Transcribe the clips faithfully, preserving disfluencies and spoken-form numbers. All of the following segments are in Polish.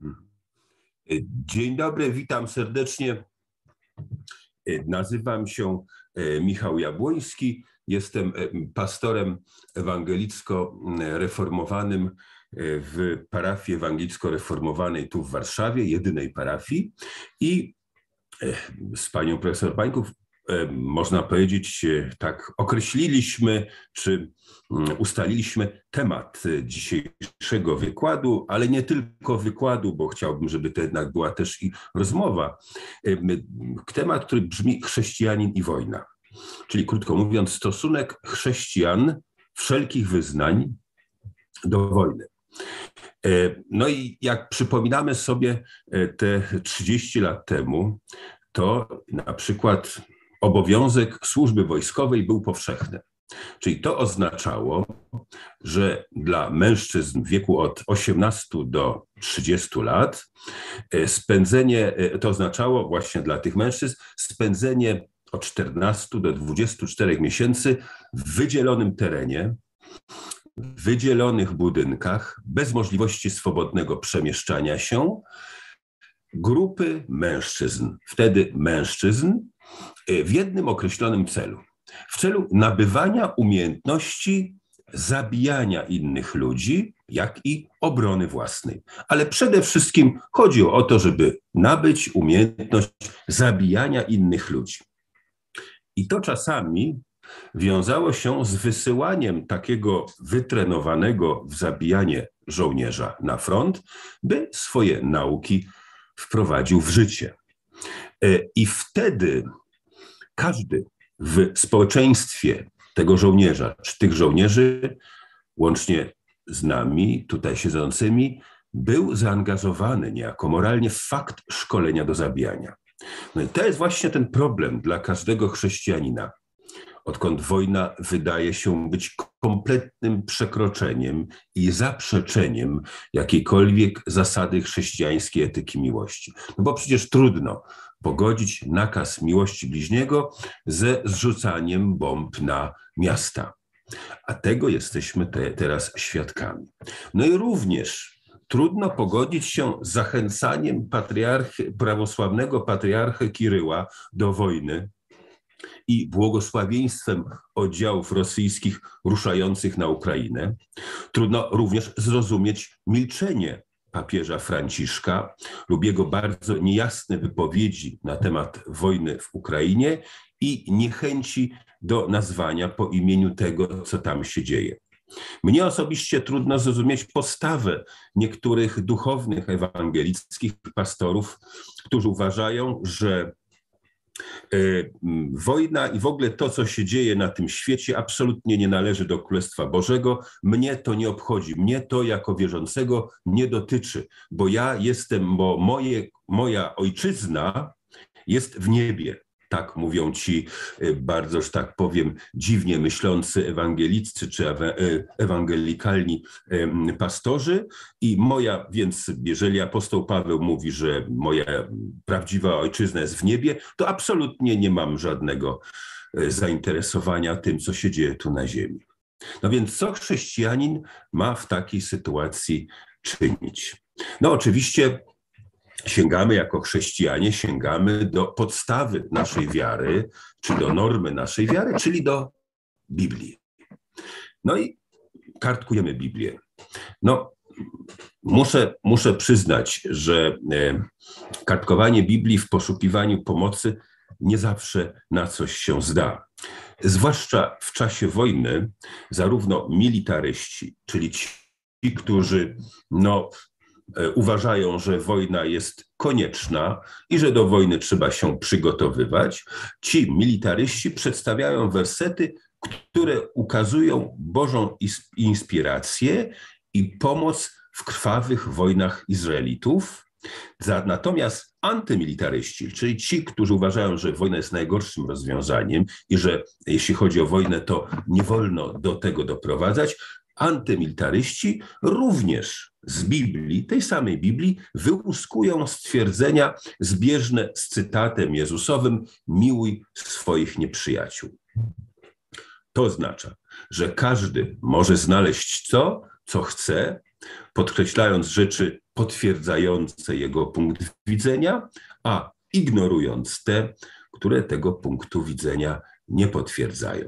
Dzień dobry, witam serdecznie. Nazywam się Michał Jabłoński. Jestem pastorem ewangelicko-reformowanym w parafii ewangelicko-reformowanej tu w Warszawie, jedynej parafii. I z panią profesor Pańków, można powiedzieć, tak określiliśmy, czy ustaliliśmy temat dzisiejszego wykładu, ale nie tylko wykładu, bo chciałbym, żeby to jednak była też i rozmowa. Temat, który brzmi chrześcijanin i wojna. Czyli krótko mówiąc, stosunek chrześcijan wszelkich wyznań do wojny. No i jak przypominamy sobie te trzydzieści lat temu, to na przykład obowiązek służby wojskowej był powszechny. Czyli to oznaczało, że dla mężczyzn w wieku od osiemnastu do trzydziestu lat spędzenie, to oznaczało właśnie dla tych mężczyzn spędzenie od czternastu do dwudziestu czterech miesięcy w wydzielonym terenie, w wydzielonych budynkach, bez możliwości swobodnego przemieszczania się, grupy mężczyzn, wtedy mężczyzn, w jednym określonym celu. W celu nabywania umiejętności zabijania innych ludzi, jak i obrony własnej. Ale przede wszystkim chodziło o to, żeby nabyć umiejętność zabijania innych ludzi. I to czasami wiązało się z wysyłaniem takiego wytrenowanego w zabijanie żołnierza na front, by swoje nauki wprowadził w życie. I wtedy każdy w społeczeństwie tego żołnierza, czy tych żołnierzy, łącznie z nami, tutaj siedzącymi, był zaangażowany niejako moralnie w fakt szkolenia do zabijania. No i to jest właśnie ten problem dla każdego chrześcijanina. Odkąd wojna wydaje się być kompletnym przekroczeniem i zaprzeczeniem jakiejkolwiek zasady chrześcijańskiej etyki miłości. No bo przecież trudno pogodzić nakaz miłości bliźniego ze zrzucaniem bomb na miasta. A tego jesteśmy te, teraz świadkami. No i również trudno pogodzić się z zachęcaniem patriarchy, prawosławnego patriarchy Kiryła do wojny i błogosławieństwem oddziałów rosyjskich ruszających na Ukrainę. Trudno również zrozumieć milczenie papieża Franciszka lub jego bardzo niejasne wypowiedzi na temat wojny w Ukrainie i niechęci do nazwania po imieniu tego, co tam się dzieje. Mnie osobiście trudno zrozumieć postawę niektórych duchownych ewangelickich pastorów, którzy uważają, że wojna i w ogóle to, co się dzieje na tym świecie, absolutnie nie należy do Królestwa Bożego. Mnie to nie obchodzi, mnie to jako wierzącego nie dotyczy, bo ja jestem, bo moje, moja ojczyzna jest w niebie. Tak mówią ci bardzo, że tak powiem, dziwnie myślący ewangeliccy czy ewangelikalni pastorzy. I moja, więc jeżeli apostoł Paweł mówi, że moja prawdziwa ojczyzna jest w niebie, to absolutnie nie mam żadnego zainteresowania tym, co się dzieje tu na ziemi. No więc co chrześcijanin ma w takiej sytuacji czynić? No oczywiście sięgamy jako chrześcijanie, sięgamy do podstawy naszej wiary, czy do normy naszej wiary, czyli do Biblii. No i kartkujemy Biblię. No, muszę, muszę przyznać, że kartkowanie Biblii w poszukiwaniu pomocy nie zawsze na coś się zda. Zwłaszcza w czasie wojny zarówno militaryści, czyli ci, którzy no, uważają, że wojna jest konieczna i że do wojny trzeba się przygotowywać. Ci militaryści przedstawiają wersety, które ukazują Bożą inspirację i pomoc w krwawych wojnach Izraelitów. Natomiast antymilitaryści, czyli ci, którzy uważają, że wojna jest najgorszym rozwiązaniem i że jeśli chodzi o wojnę, to nie wolno do tego doprowadzać, antymilitaryści również z Biblii, tej samej Biblii, wyłuskują stwierdzenia zbieżne z cytatem Jezusowym: miłuj swoich nieprzyjaciół. To oznacza, że każdy może znaleźć to, co chce, podkreślając rzeczy potwierdzające jego punkt widzenia, a ignorując te, które tego punktu widzenia nie potwierdzają.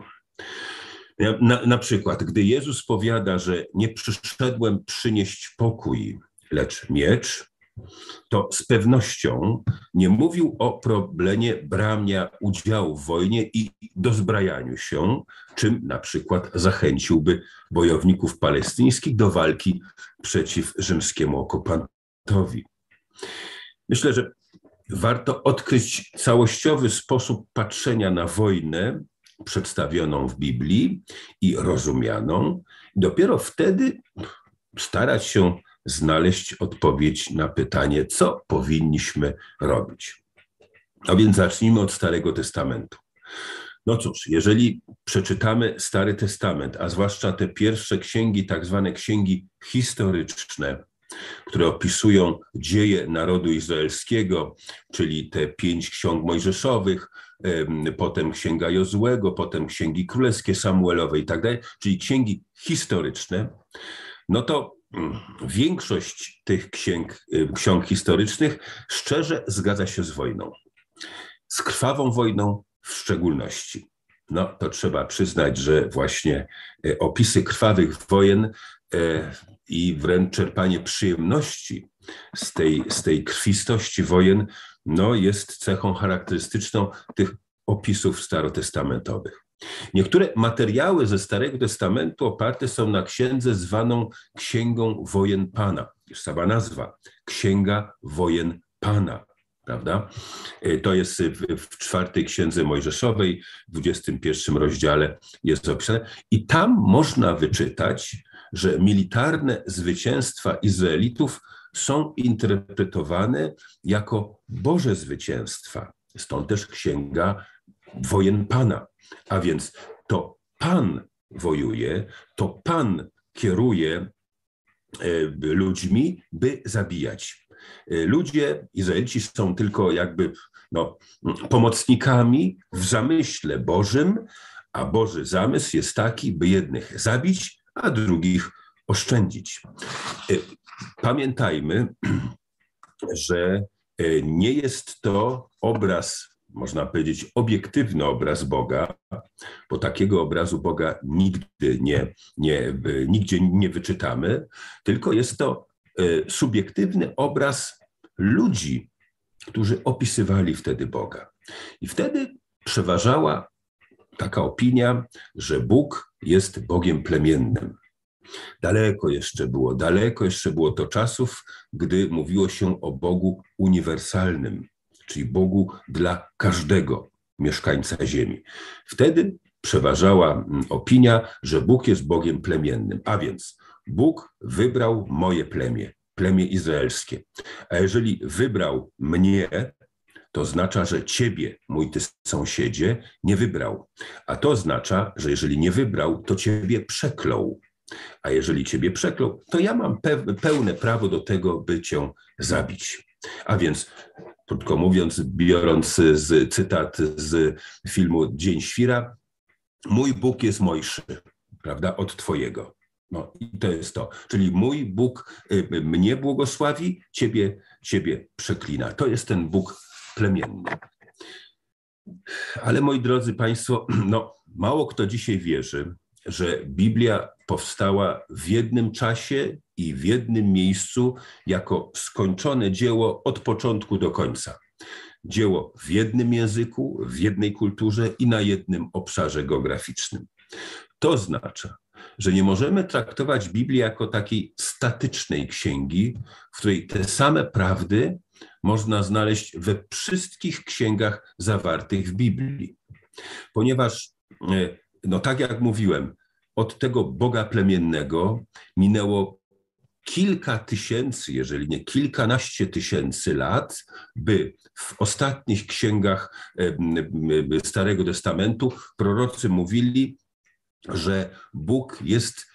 Na, na przykład, gdy Jezus powiada, że nie przyszedłem przynieść pokój, lecz miecz, to z pewnością nie mówił o problemie brania udziału w wojnie i dozbrajaniu się, czym na przykład zachęciłby bojowników palestyńskich do walki przeciw rzymskiemu okupantowi. Myślę, że warto odkryć całościowy sposób patrzenia na wojnę przedstawioną w Biblii i rozumianą. Dopiero wtedy starać się znaleźć odpowiedź na pytanie, co powinniśmy robić. A więc zacznijmy od Starego Testamentu. No cóż, jeżeli przeczytamy Stary Testament, a zwłaszcza te pierwsze księgi, tak zwane księgi historyczne, które opisują dzieje narodu izraelskiego, czyli te pięć ksiąg mojżeszowych, potem księga Jozłego, potem księgi królewskie Samuelowe i tak dalej, czyli księgi historyczne, no to większość tych księg, ksiąg historycznych szczerze zgadza się z wojną. Z krwawą wojną w szczególności. No to trzeba przyznać, że właśnie opisy krwawych wojen i wręcz czerpanie przyjemności z tej, z tej krwistości wojen, no jest cechą charakterystyczną tych opisów starotestamentowych. Niektóre materiały ze Starego Testamentu oparte są na księdze zwaną Księgą Wojen Pana. Już sama nazwa, Księga Wojen Pana, prawda? To jest w, w czwartej księdze mojżeszowej, w dwudziestym pierwszym rozdziale jest opisane. I tam można wyczytać, że militarne zwycięstwa Izraelitów są interpretowane jako Boże zwycięstwa. Stąd też Księga Wojen Pana. A więc to Pan wojuje, to Pan kieruje ludźmi, by zabijać. Ludzie, Izraelici są tylko jakby no, pomocnikami w zamyśle Bożym, a Boży zamysł jest taki, by jednych zabić, a drugich oszczędzić. Pamiętajmy, że nie jest to obraz, można powiedzieć, obiektywny obraz Boga, bo takiego obrazu Boga nigdy nie, nie, nigdzie nie wyczytamy, tylko jest to subiektywny obraz ludzi, którzy opisywali wtedy Boga. I wtedy przeważała taka opinia, że Bóg jest Bogiem plemiennym. Daleko jeszcze było, daleko jeszcze było to czasów, gdy mówiło się o Bogu uniwersalnym, czyli Bogu dla każdego mieszkańca ziemi. Wtedy przeważała opinia, że Bóg jest Bogiem plemiennym, a więc Bóg wybrał moje plemię, plemię izraelskie. A jeżeli wybrał mnie, to oznacza, że ciebie, mój ty sąsiedzie, nie wybrał. A to oznacza, że jeżeli nie wybrał, to ciebie przeklął. A jeżeli ciebie przeklął, to ja mam pełne prawo do tego, by cię zabić. A więc, krótko mówiąc, biorąc z, cytat z filmu Dzień Świra, mój Bóg jest mojszy, prawda, od twojego. No i to jest to. Czyli mój Bóg mnie błogosławi, ciebie, ciebie przeklina. To jest ten Bóg plemienny. Ale moi drodzy państwo, no mało kto dzisiaj wierzy, że Biblia powstała w jednym czasie i w jednym miejscu jako skończone dzieło od początku do końca. Dzieło w jednym języku, w jednej kulturze i na jednym obszarze geograficznym. To oznacza, że nie możemy traktować Biblii jako takiej statycznej księgi, w której te same prawdy można znaleźć we wszystkich księgach zawartych w Biblii. Ponieważ, no tak jak mówiłem, od tego Boga plemiennego minęło kilka tysięcy, jeżeli nie kilkanaście tysięcy lat, by w ostatnich księgach Starego Testamentu prorocy mówili, że Bóg jest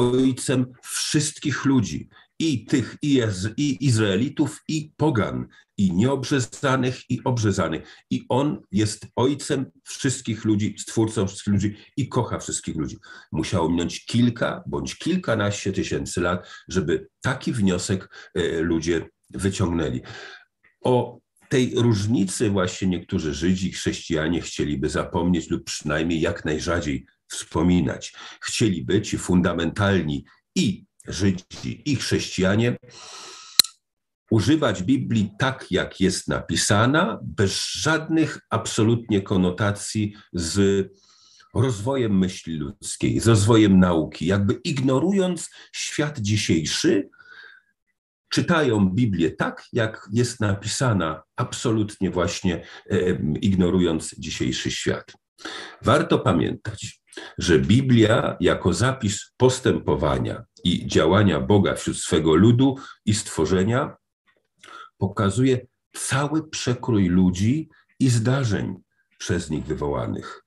ojcem wszystkich ludzi, i tych i Izraelitów, i pogan, i nieobrzezanych, i obrzezanych. I On jest ojcem wszystkich ludzi, stwórcą wszystkich ludzi i kocha wszystkich ludzi. Musiało minąć kilka bądź kilkanaście tysięcy lat, żeby taki wniosek ludzie wyciągnęli. O tej różnicy właśnie niektórzy Żydzi i chrześcijanie chcieliby zapomnieć lub przynajmniej jak najrzadziej wspominać. Chcieliby ci fundamentalni i Żydzi, i chrześcijanie używać Biblii tak, jak jest napisana, bez żadnych absolutnie konotacji z rozwojem myśli ludzkiej, z rozwojem nauki, jakby ignorując świat dzisiejszy, czytają Biblię tak, jak jest napisana, absolutnie właśnie e, ignorując dzisiejszy świat. Warto pamiętać, że Biblia jako zapis postępowania i działania Boga wśród swego ludu i stworzenia pokazuje cały przekrój ludzi i zdarzeń przez nich wywołanych.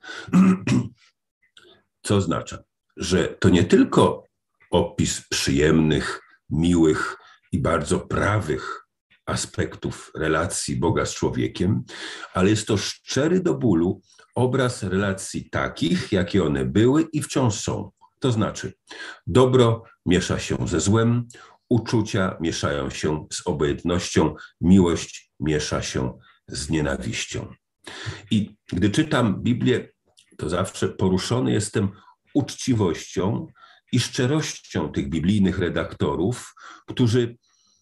Co oznacza, że to nie tylko opis przyjemnych, miłych i bardzo prawych aspektów relacji Boga z człowiekiem, ale jest to szczery do bólu obraz relacji takich, jakie one były i wciąż są. To znaczy, dobro miesza się ze złem, uczucia mieszają się z obojętnością, miłość miesza się z nienawiścią. I gdy czytam Biblię, to zawsze poruszony jestem uczciwością i szczerością tych biblijnych redaktorów, którzy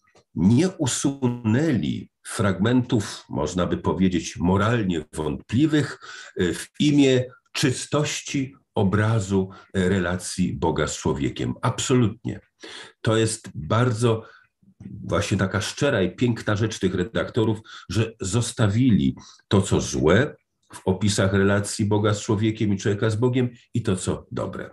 nie usunęli fragmentów, można by powiedzieć, moralnie wątpliwych w imię czystości obrazu relacji Boga z człowiekiem. Absolutnie. To jest bardzo właśnie taka szczera i piękna rzecz tych redaktorów, że zostawili to, co złe w opisach relacji Boga z człowiekiem i człowieka z Bogiem i to, co dobre.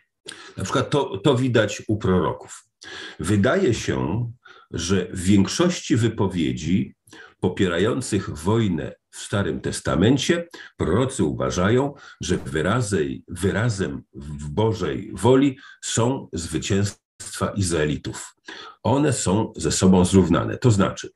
Na przykład to, to widać u proroków. Wydaje się, że w większości wypowiedzi popierających wojnę w Starym Testamencie prorocy uważają, że wyrazy, wyrazem w Bożej woli są zwycięstwa Izraelitów. One są ze sobą zrównane. To znaczy,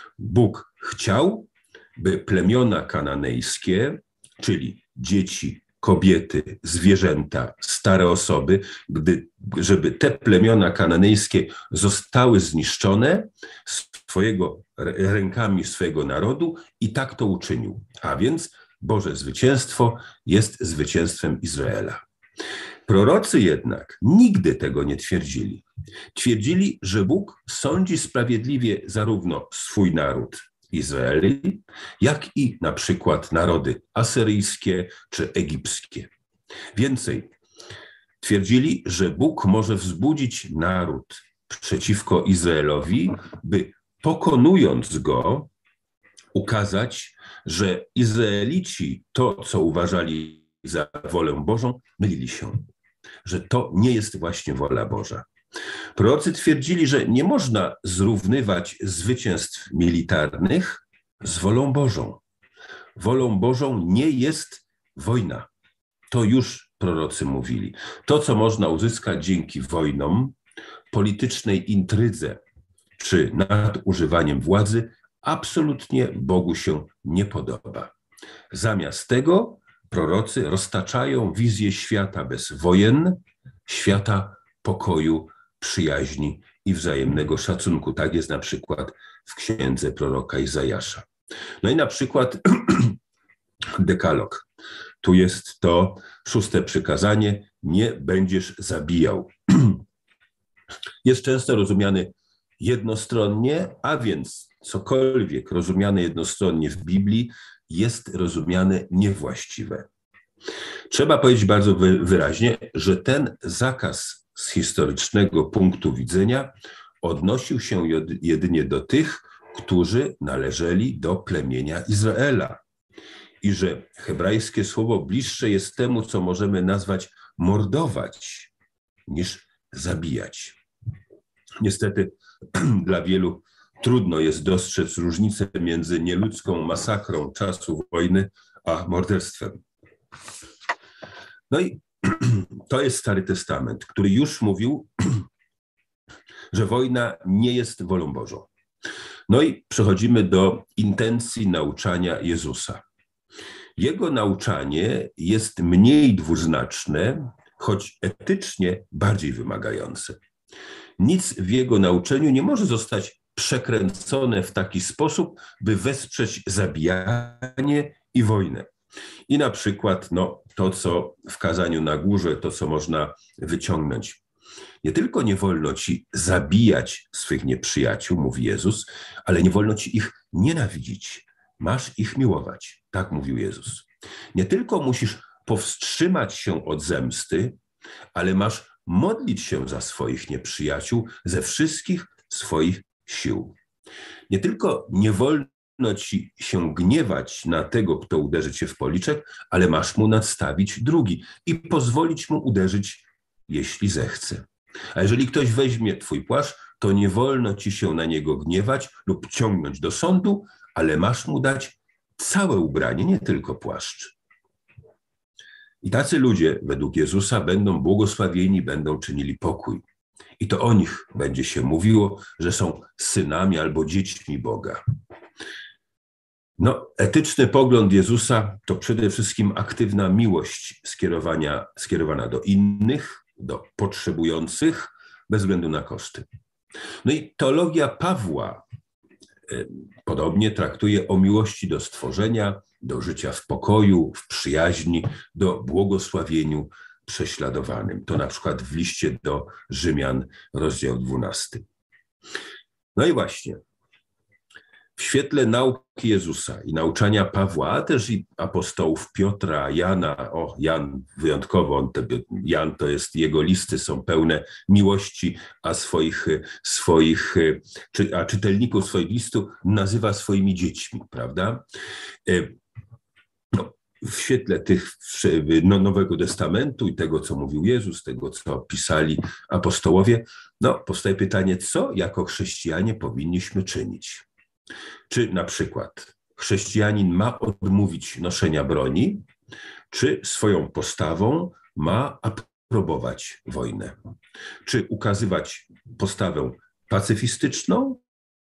Bóg chciał, by plemiona kananejskie, czyli dzieci, kobiety, zwierzęta, stare osoby, gdy, żeby te plemiona kananejskie zostały zniszczone swojego, rękami swojego narodu i tak to uczynił. A więc Boże zwycięstwo jest zwycięstwem Izraela. Prorocy jednak nigdy tego nie twierdzili. Twierdzili, że Bóg sądzi sprawiedliwie zarówno swój naród, Izraeli, jak i na przykład narody asyryjskie czy egipskie. Więcej, twierdzili, że Bóg może wzbudzić naród przeciwko Izraelowi, by pokonując go, ukazać, że Izraelici to, co uważali za wolę Bożą, mylili się, że to nie jest właśnie wola Boża. Prorocy twierdzili, że nie można zrównywać zwycięstw militarnych z wolą Bożą. Wolą Bożą nie jest wojna. To już prorocy mówili. To, co można uzyskać dzięki wojnom, politycznej intrydze czy nadużywaniem władzy, absolutnie Bogu się nie podoba. Zamiast tego prorocy roztaczają wizję świata bez wojen, świata pokoju, przyjaźni i wzajemnego szacunku. Tak jest na przykład w księdze proroka Izajasza. No i na przykład dekalog. Tu jest to szóste przykazanie, nie będziesz zabijał. Jest często rozumiany jednostronnie, a więc cokolwiek rozumiane jednostronnie w Biblii jest rozumiane niewłaściwe. Trzeba powiedzieć bardzo wyraźnie, że ten zakaz z historycznego punktu widzenia odnosił się jedynie do tych, którzy należeli do plemienia Izraela. I że hebrajskie słowo bliższe jest temu, co możemy nazwać mordować, niż zabijać. Niestety dla wielu trudno jest dostrzec różnicę między nieludzką masakrą czasów wojny, a morderstwem. No i to jest Stary Testament, który już mówił, że wojna nie jest wolą Bożą. No i przechodzimy do intencji nauczania Jezusa. Jego nauczanie jest mniej dwuznaczne, choć etycznie bardziej wymagające. Nic w jego nauczeniu nie może zostać przekręcone w taki sposób, by wesprzeć zabijanie i wojnę. I na przykład no, to, co w kazaniu na górze, to, co można wyciągnąć. Nie tylko nie wolno ci zabijać swych nieprzyjaciół, mówi Jezus, ale nie wolno ci ich nienawidzić. Masz ich miłować, tak mówił Jezus. Nie tylko musisz powstrzymać się od zemsty, ale masz modlić się za swoich nieprzyjaciół ze wszystkich swoich sił. Nie tylko nie wolno ci się gniewać na tego, kto uderzy cię w policzek, ale masz mu nadstawić drugi i pozwolić mu uderzyć, jeśli zechce. A jeżeli ktoś weźmie twój płaszcz, to nie wolno ci się na niego gniewać lub ciągnąć do sądu, ale masz mu dać całe ubranie, nie tylko płaszcz. I tacy ludzie, według Jezusa, będą błogosławieni, będą czynili pokój. I to o nich będzie się mówiło, że są synami albo dziećmi Boga. No, etyczny pogląd Jezusa to przede wszystkim aktywna miłość skierowania, skierowana do innych, do potrzebujących, bez względu na koszty. No i teologia Pawła podobnie traktuje o miłości do stworzenia, do życia w pokoju, w przyjaźni, do błogosławieniu prześladowanym. To na przykład w liście do Rzymian, rozdział dwunasty. No i właśnie, w świetle nauki Jezusa i nauczania Pawła, a też i apostołów Piotra, Jana, o Jan wyjątkowo, on te, Jan to jest, jego listy są pełne miłości, a swoich, swoich czy, a czytelników swoich listów nazywa swoimi dziećmi, prawda? No, w świetle tych no, Nowego Testamentu i tego, co mówił Jezus, tego, co pisali apostołowie, no, powstaje pytanie, co jako chrześcijanie powinniśmy czynić? Czy na przykład chrześcijanin ma odmówić noszenia broni, czy swoją postawą ma aprobować wojnę? Czy ukazywać postawę pacyfistyczną,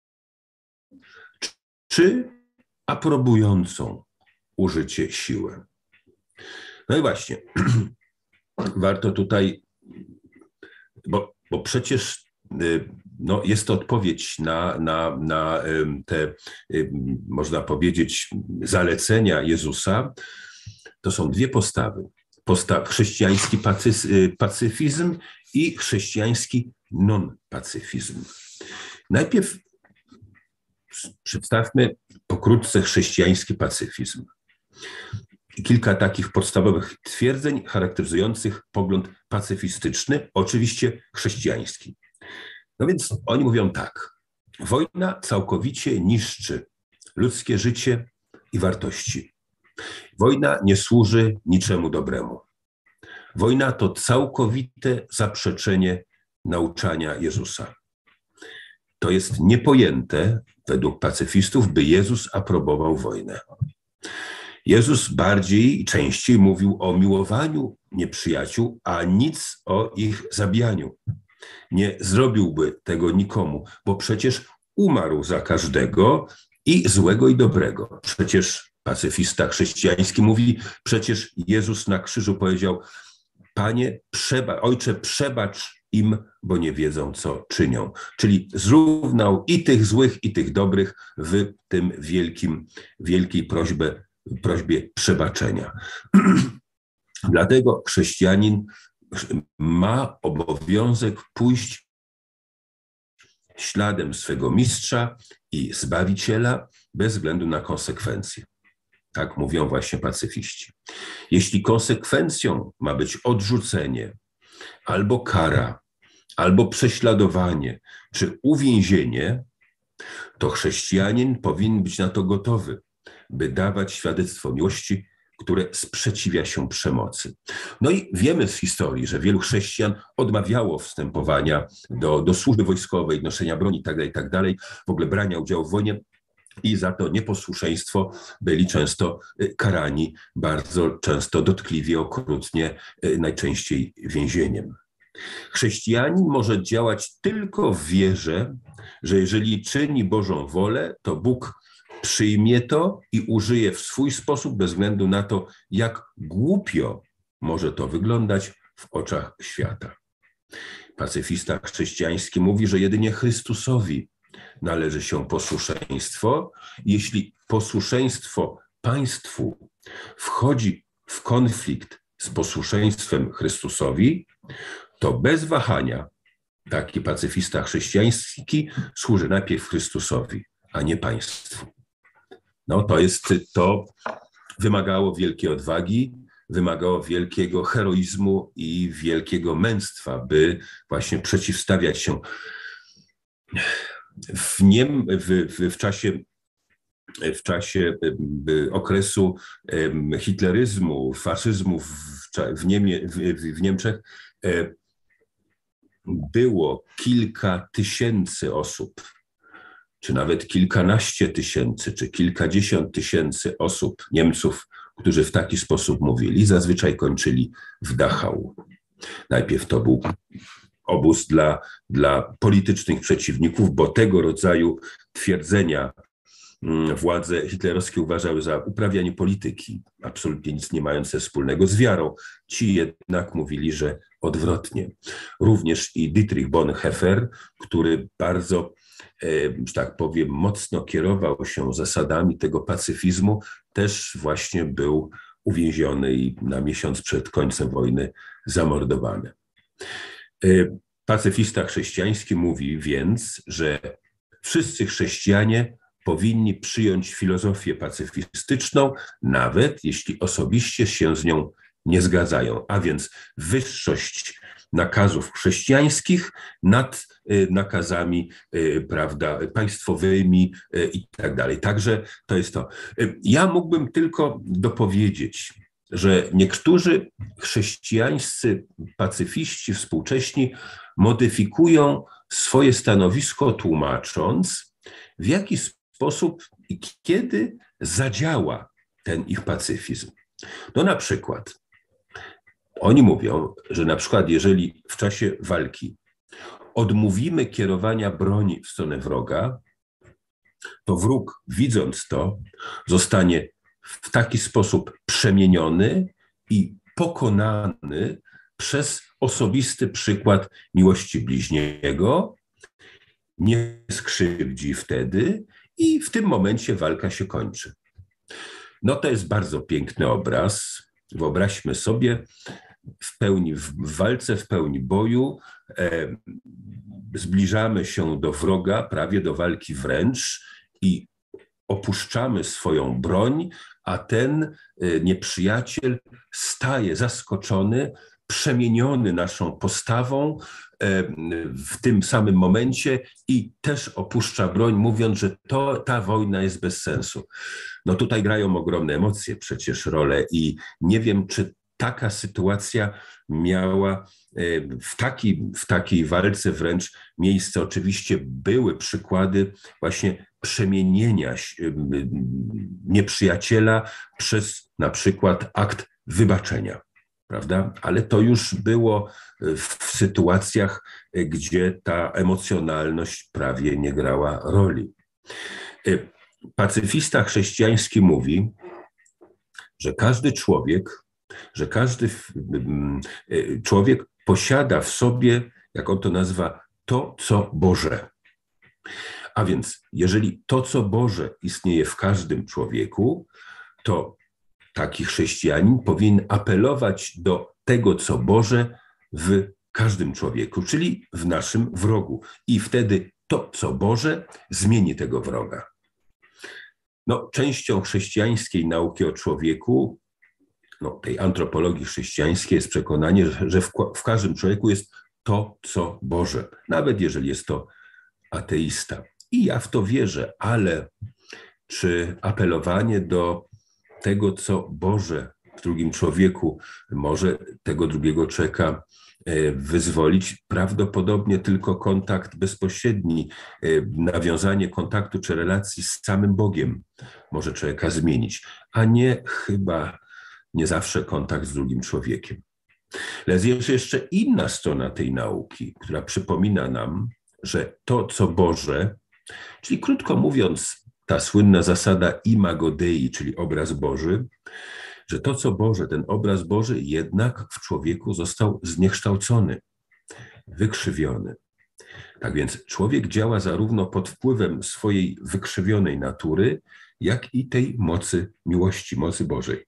czy aprobującą użycie siły? No i właśnie, warto tutaj, bo, bo przecież no, jest to odpowiedź na, na, na te, można powiedzieć, zalecenia Jezusa. To są dwie postawy. Postaw, chrześcijański pacyfizm i chrześcijański non-pacyfizm. Najpierw przedstawmy pokrótce chrześcijański pacyfizm. I kilka takich podstawowych twierdzeń charakteryzujących pogląd pacyfistyczny, oczywiście chrześcijański. No więc oni mówią tak, wojna całkowicie niszczy ludzkie życie i wartości. Wojna nie służy niczemu dobremu. Wojna to całkowite zaprzeczenie nauczania Jezusa. To jest niepojęte według pacyfistów, by Jezus aprobował wojnę. Jezus bardziej i częściej mówił o miłowaniu nieprzyjaciół, a nic o ich zabijaniu. Nie zrobiłby tego nikomu, bo przecież umarł za każdego i złego i dobrego. Przecież pacyfista chrześcijański mówi, przecież Jezus na krzyżu powiedział, Panie, przeba- Ojcze, przebacz im, bo nie wiedzą, co czynią. Czyli zrównał i tych złych, i tych dobrych w tym wielkim, wielkiej prośbie, prośbie przebaczenia. Dlatego chrześcijanin ma obowiązek pójść śladem swego mistrza i zbawiciela bez względu na konsekwencje. Tak mówią właśnie pacyfiści. Jeśli konsekwencją ma być odrzucenie, albo kara, albo prześladowanie, czy uwięzienie, to chrześcijanin powinien być na to gotowy, by dawać świadectwo miłości, które sprzeciwia się przemocy. No i wiemy z historii, że wielu chrześcijan odmawiało wstępowania do, do służby wojskowej, noszenia broni itd., itd., w ogóle brania udziału w wojnie i za to nieposłuszeństwo byli często karani, bardzo często dotkliwie, okrutnie, najczęściej więzieniem. Chrześcijanin może działać tylko w wierze, że jeżeli czyni Bożą wolę, to Bóg przyjmie to i użyje w swój sposób, bez względu na to, jak głupio może to wyglądać w oczach świata. Pacyfista chrześcijański mówi, że jedynie Chrystusowi należy się posłuszeństwo. Jeśli posłuszeństwo państwu wchodzi w konflikt z posłuszeństwem Chrystusowi, to bez wahania taki pacyfista chrześcijański służy najpierw Chrystusowi, a nie państwu. No to jest, to wymagało wielkiej odwagi, wymagało wielkiego heroizmu i wielkiego męstwa, by właśnie przeciwstawiać się w, Niem, w, w, w czasie w czasie okresu hitleryzmu, faszyzmu w, w, Niemie, w, w Niemczech było kilka tysięcy osób, czy nawet kilkanaście tysięcy, czy kilkadziesiąt tysięcy osób, Niemców, którzy w taki sposób mówili, zazwyczaj kończyli w Dachau. Najpierw to był obóz dla, dla politycznych przeciwników, bo tego rodzaju twierdzenia władze hitlerowskie uważały za uprawianie polityki, absolutnie nic nie mające wspólnego z wiarą. Ci jednak mówili, że odwrotnie. Również i Dietrich Bonhoeffer, który bardzo, że tak powiem, mocno kierował się zasadami tego pacyfizmu, też właśnie był uwięziony i na miesiąc przed końcem wojny zamordowany. Pacyfista chrześcijański mówi więc, że wszyscy chrześcijanie powinni przyjąć filozofię pacyfistyczną, nawet jeśli osobiście się z nią nie zgadzają, a więc wyższość nakazów chrześcijańskich nad nakazami, prawda, państwowymi i tak dalej. Także to jest to. Ja mógłbym tylko dopowiedzieć, że niektórzy chrześcijańscy pacyfiści współcześni modyfikują swoje stanowisko, tłumacząc, w jaki sposób i kiedy zadziała ten ich pacyfizm. No na przykład oni mówią, że na przykład jeżeli w czasie walki odmówimy kierowania broni w stronę wroga, to wróg, widząc to, zostanie w taki sposób przemieniony i pokonany przez osobisty przykład miłości bliźniego, nie skrzywdzi wtedy i w tym momencie walka się kończy. No to jest bardzo piękny obraz. Wyobraźmy sobie w pełni w walce, w pełni boju, e, zbliżamy się do wroga, prawie do walki wręcz i opuszczamy swoją broń, a ten e, nieprzyjaciel staje zaskoczony, przemieniony naszą postawą e, w tym samym momencie i też opuszcza broń, mówiąc, że to, ta wojna jest bez sensu. No tutaj grają ogromne emocje przecież rolę i nie wiem, czy taka sytuacja miała w, taki, w takiej walce wręcz miejsce. Oczywiście były przykłady właśnie przemienienia nieprzyjaciela przez na przykład akt wybaczenia, prawda? Ale to już było w sytuacjach, gdzie ta emocjonalność prawie nie grała roli. Pacyfista chrześcijański mówi, że każdy człowiek, że każdy człowiek posiada w sobie, jak on to nazywa, to, co Boże. A więc jeżeli to, co Boże istnieje w każdym człowieku, to taki chrześcijanin powinien apelować do tego, co Boże w każdym człowieku, czyli w naszym wrogu. I wtedy to, co Boże, zmieni tego wroga. No, częścią chrześcijańskiej nauki o człowieku, no, tej antropologii chrześcijańskiej jest przekonanie, że w, w każdym człowieku jest to, co Boże, nawet jeżeli jest to ateista. I ja w to wierzę, ale czy apelowanie do tego, co Boże w drugim człowieku może tego drugiego człowieka wyzwolić? Prawdopodobnie tylko kontakt bezpośredni, nawiązanie kontaktu czy relacji z samym Bogiem może człowieka zmienić, a nie chyba nie zawsze kontakt z drugim człowiekiem. Ale jest jeszcze inna strona tej nauki, która przypomina nam, że to, co Boże, czyli krótko mówiąc, ta słynna zasada imago Dei, czyli obraz Boży, że to, co Boże, ten obraz Boży jednak w człowieku został zniekształcony, wykrzywiony. Tak więc człowiek działa zarówno pod wpływem swojej wykrzywionej natury, jak i tej mocy miłości, mocy Bożej.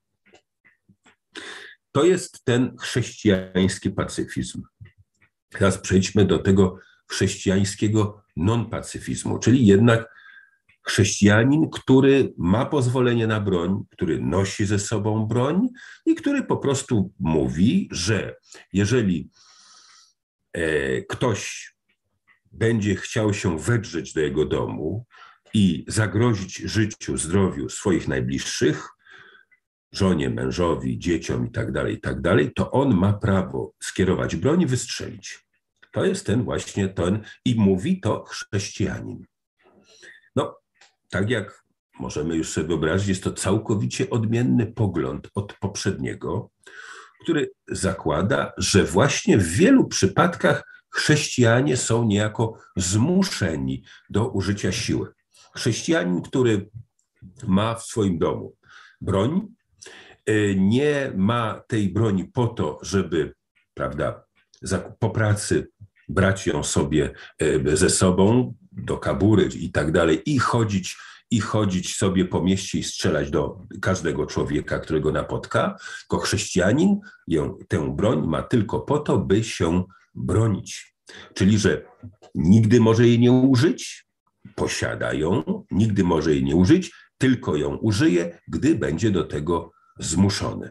To jest ten chrześcijański pacyfizm. Teraz przejdźmy do tego chrześcijańskiego non-pacyfizmu, czyli jednak chrześcijanin, który ma pozwolenie na broń, który nosi ze sobą broń i który po prostu mówi, że jeżeli e, ktoś będzie chciał się wedrzeć do jego domu i zagrozić życiu, zdrowiu swoich najbliższych, żonie, mężowi, dzieciom i tak dalej, i tak dalej, to on ma prawo skierować broń i wystrzelić. To jest ten właśnie ten i mówi to chrześcijanin. No, tak jak możemy już sobie wyobrazić, jest to całkowicie odmienny pogląd od poprzedniego, który zakłada, że właśnie w wielu przypadkach chrześcijanie są niejako zmuszeni do użycia siły. Chrześcijanin, który ma w swoim domu broń, nie ma tej broni po to, żeby, prawda, po pracy brać ją sobie ze sobą do kabury i tak dalej i chodzić, i chodzić sobie po mieście i strzelać do każdego człowieka, którego napotka, tylko chrześcijanin ją, tę broń ma tylko po to, by się bronić. Czyli, że nigdy może jej nie użyć, posiada ją, nigdy może jej nie użyć, tylko ją użyje, gdy będzie do tego zmuszony.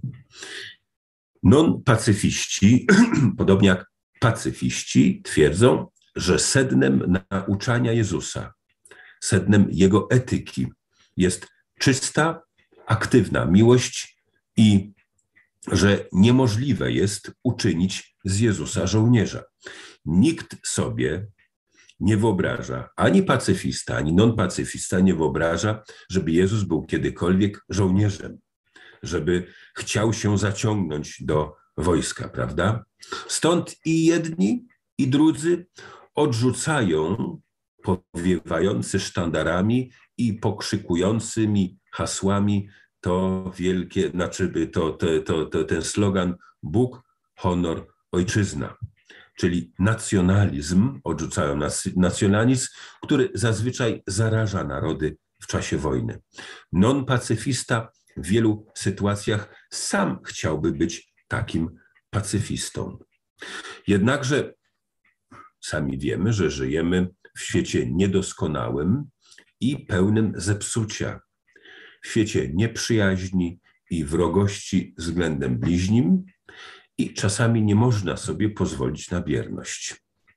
Non-pacyfiści, podobnie jak pacyfiści, twierdzą, że sednem nauczania Jezusa, sednem jego etyki jest czysta, aktywna miłość i że niemożliwe jest uczynić z Jezusa żołnierza. Nikt sobie nie wyobraża, ani pacyfista, ani non-pacyfista nie wyobraża, żeby Jezus był kiedykolwiek żołnierzem, żeby chciał się zaciągnąć do wojska, prawda? Stąd i jedni, i drudzy odrzucają powiewający sztandarami i pokrzykującymi hasłami to wielkie, znaczy to, to, to, to ten slogan Bóg, honor, ojczyzna. Czyli nacjonalizm, odrzucają nacjonalizm, który zazwyczaj zaraża narody w czasie wojny. Non-pacyfista w wielu sytuacjach sam chciałby być takim pacyfistą. Jednakże sami wiemy, że żyjemy w świecie niedoskonałym i pełnym zepsucia, w świecie nieprzyjaźni i wrogości względem bliźnim i czasami nie można sobie pozwolić na bierność.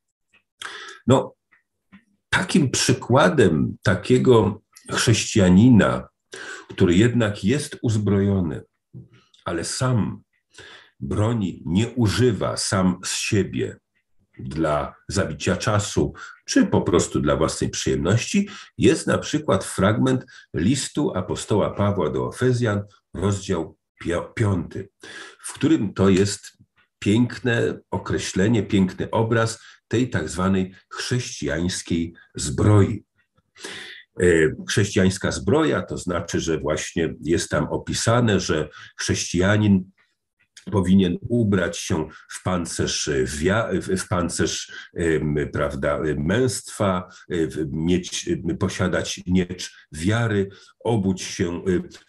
No, takim przykładem takiego chrześcijanina, który jednak jest uzbrojony, ale sam broni nie używa sam z siebie dla zabicia czasu, czy po prostu dla własnej przyjemności, jest na przykład fragment listu apostoła Pawła do Efezjan, rozdział piąty, w którym to jest piękne określenie, piękny obraz tej tak zwanej chrześcijańskiej zbroi. Chrześcijańska zbroja to znaczy, że właśnie jest tam opisane, że chrześcijanin powinien ubrać się w pancerz, w pancerz prawda, męstwa, mieć, posiadać miecz wiary, obuć się,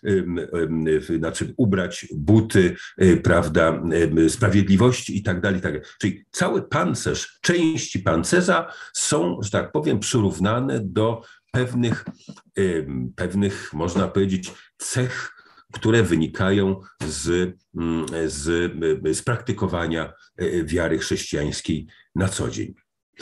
znaczy ubrać buty, prawda, sprawiedliwości i tak dalej, i tak dalej. Czyli cały pancerz, części pancerza są, że tak powiem, przyrównane do pewnych, pewnych, można powiedzieć, cech, które wynikają z, z, z praktykowania wiary chrześcijańskiej na co dzień.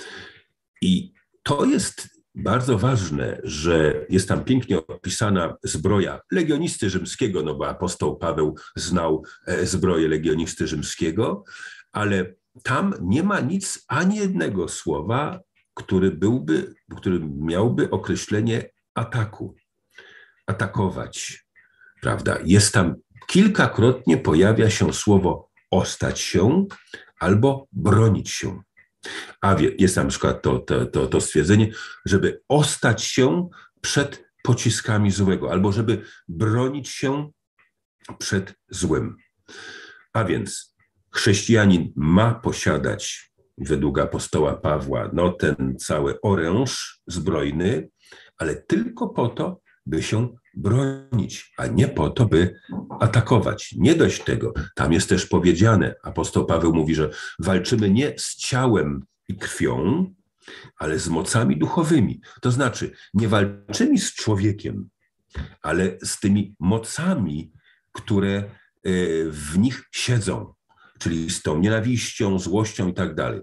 I to jest bardzo ważne, że jest tam pięknie opisana zbroja legionisty rzymskiego, no bo apostoł Paweł znał zbroję legionisty rzymskiego, ale tam nie ma nic, ani jednego słowa, który byłby, który miałby określenie ataku, atakować. Prawda? Jest tam kilkakrotnie pojawia się słowo ostać się albo bronić się. A wie, jest na przykład to, to, to, to stwierdzenie, żeby ostać się przed pociskami złego, albo żeby bronić się przed złym. A więc chrześcijanin ma posiadać, według apostoła Pawła, no ten cały oręż zbrojny, ale tylko po to, by się bronić, a nie po to, by atakować. Nie dość tego. Tam jest też powiedziane, apostoł Paweł mówi, że walczymy nie z ciałem i krwią, ale z mocami duchowymi. To znaczy, nie walczymy z człowiekiem, ale z tymi mocami, które w nich siedzą, czyli z tą nienawiścią, złością i tak dalej.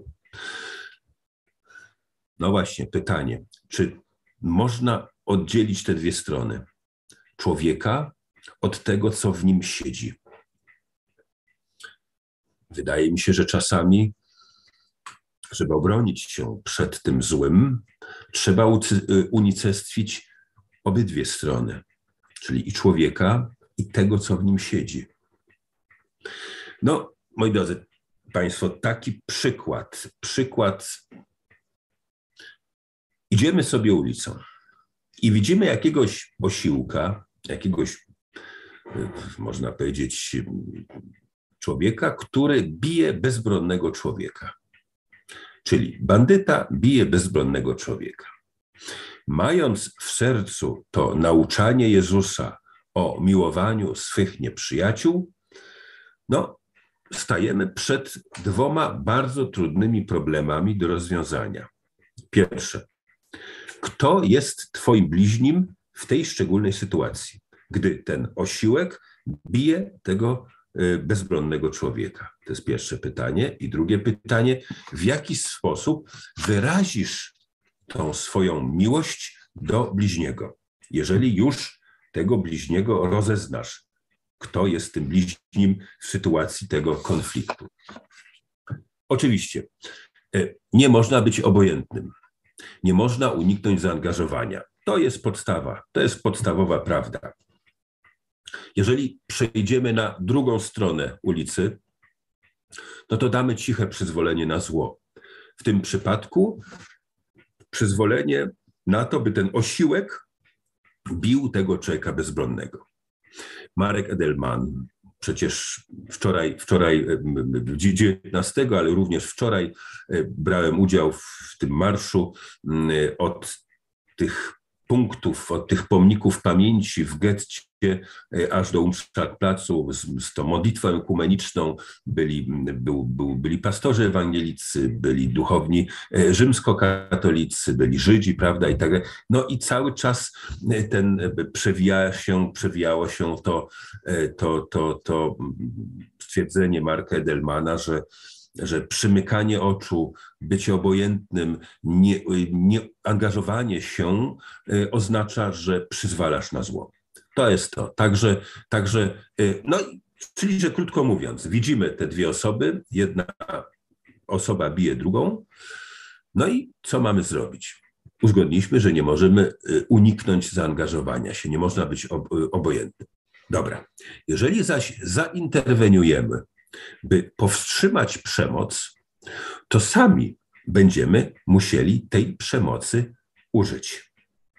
No właśnie, pytanie, czy można oddzielić te dwie strony? Człowieka od tego, co w nim siedzi. Wydaje mi się, że czasami, żeby obronić się przed tym złym, trzeba unicestwić obydwie strony, czyli i człowieka, i tego, co w nim siedzi. No, moi drodzy Państwo, taki przykład, przykład, idziemy sobie ulicą i widzimy jakiegoś osiłka, jakiegoś, można powiedzieć, człowieka, który bije bezbronnego człowieka. Czyli bandyta bije bezbronnego człowieka. Mając w sercu to nauczanie Jezusa o miłowaniu swych nieprzyjaciół, no, stajemy przed dwoma bardzo trudnymi problemami do rozwiązania. Pierwsze, kto jest twoim bliźnim w tej szczególnej sytuacji, gdy ten osiłek bije tego bezbronnego człowieka? To jest pierwsze pytanie. I drugie pytanie, w jaki sposób wyrazisz tą swoją miłość do bliźniego, jeżeli już tego bliźniego rozeznasz, kto jest tym bliźnim w sytuacji tego konfliktu. Oczywiście nie można być obojętnym, nie można uniknąć zaangażowania. To jest podstawa, to jest podstawowa prawda. Jeżeli przejdziemy na drugą stronę ulicy, no to damy ciche przyzwolenie na zło. W tym przypadku przyzwolenie na to, by ten osiłek bił tego człowieka bezbronnego. Marek Edelman, przecież wczoraj, wczoraj dziewiętnastego, ale również wczoraj brałem udział w tym marszu od tych punktów, od tych pomników pamięci w getcie aż do Umschlagplacu z, z tą modlitwą ekumeniczną. Byli, był, był, byli pastorzy ewangelicy, byli duchowni rzymskokatolicy, byli Żydzi, prawda, i tak dalej. No i cały czas ten przewija się, przewijało się to, to, to, to stwierdzenie Marka Edelmana, że że przymykanie oczu, bycie obojętnym, nie, nie angażowanie się oznacza, że przyzwalasz na zło. To jest to. Także, także no, czyli, że krótko mówiąc, widzimy te dwie osoby, jedna osoba bije drugą, no i co mamy zrobić? Uzgodniliśmy, że nie możemy uniknąć zaangażowania się, nie można być obojętnym. Dobra, jeżeli zaś zainterweniujemy, by powstrzymać przemoc, to sami będziemy musieli tej przemocy użyć.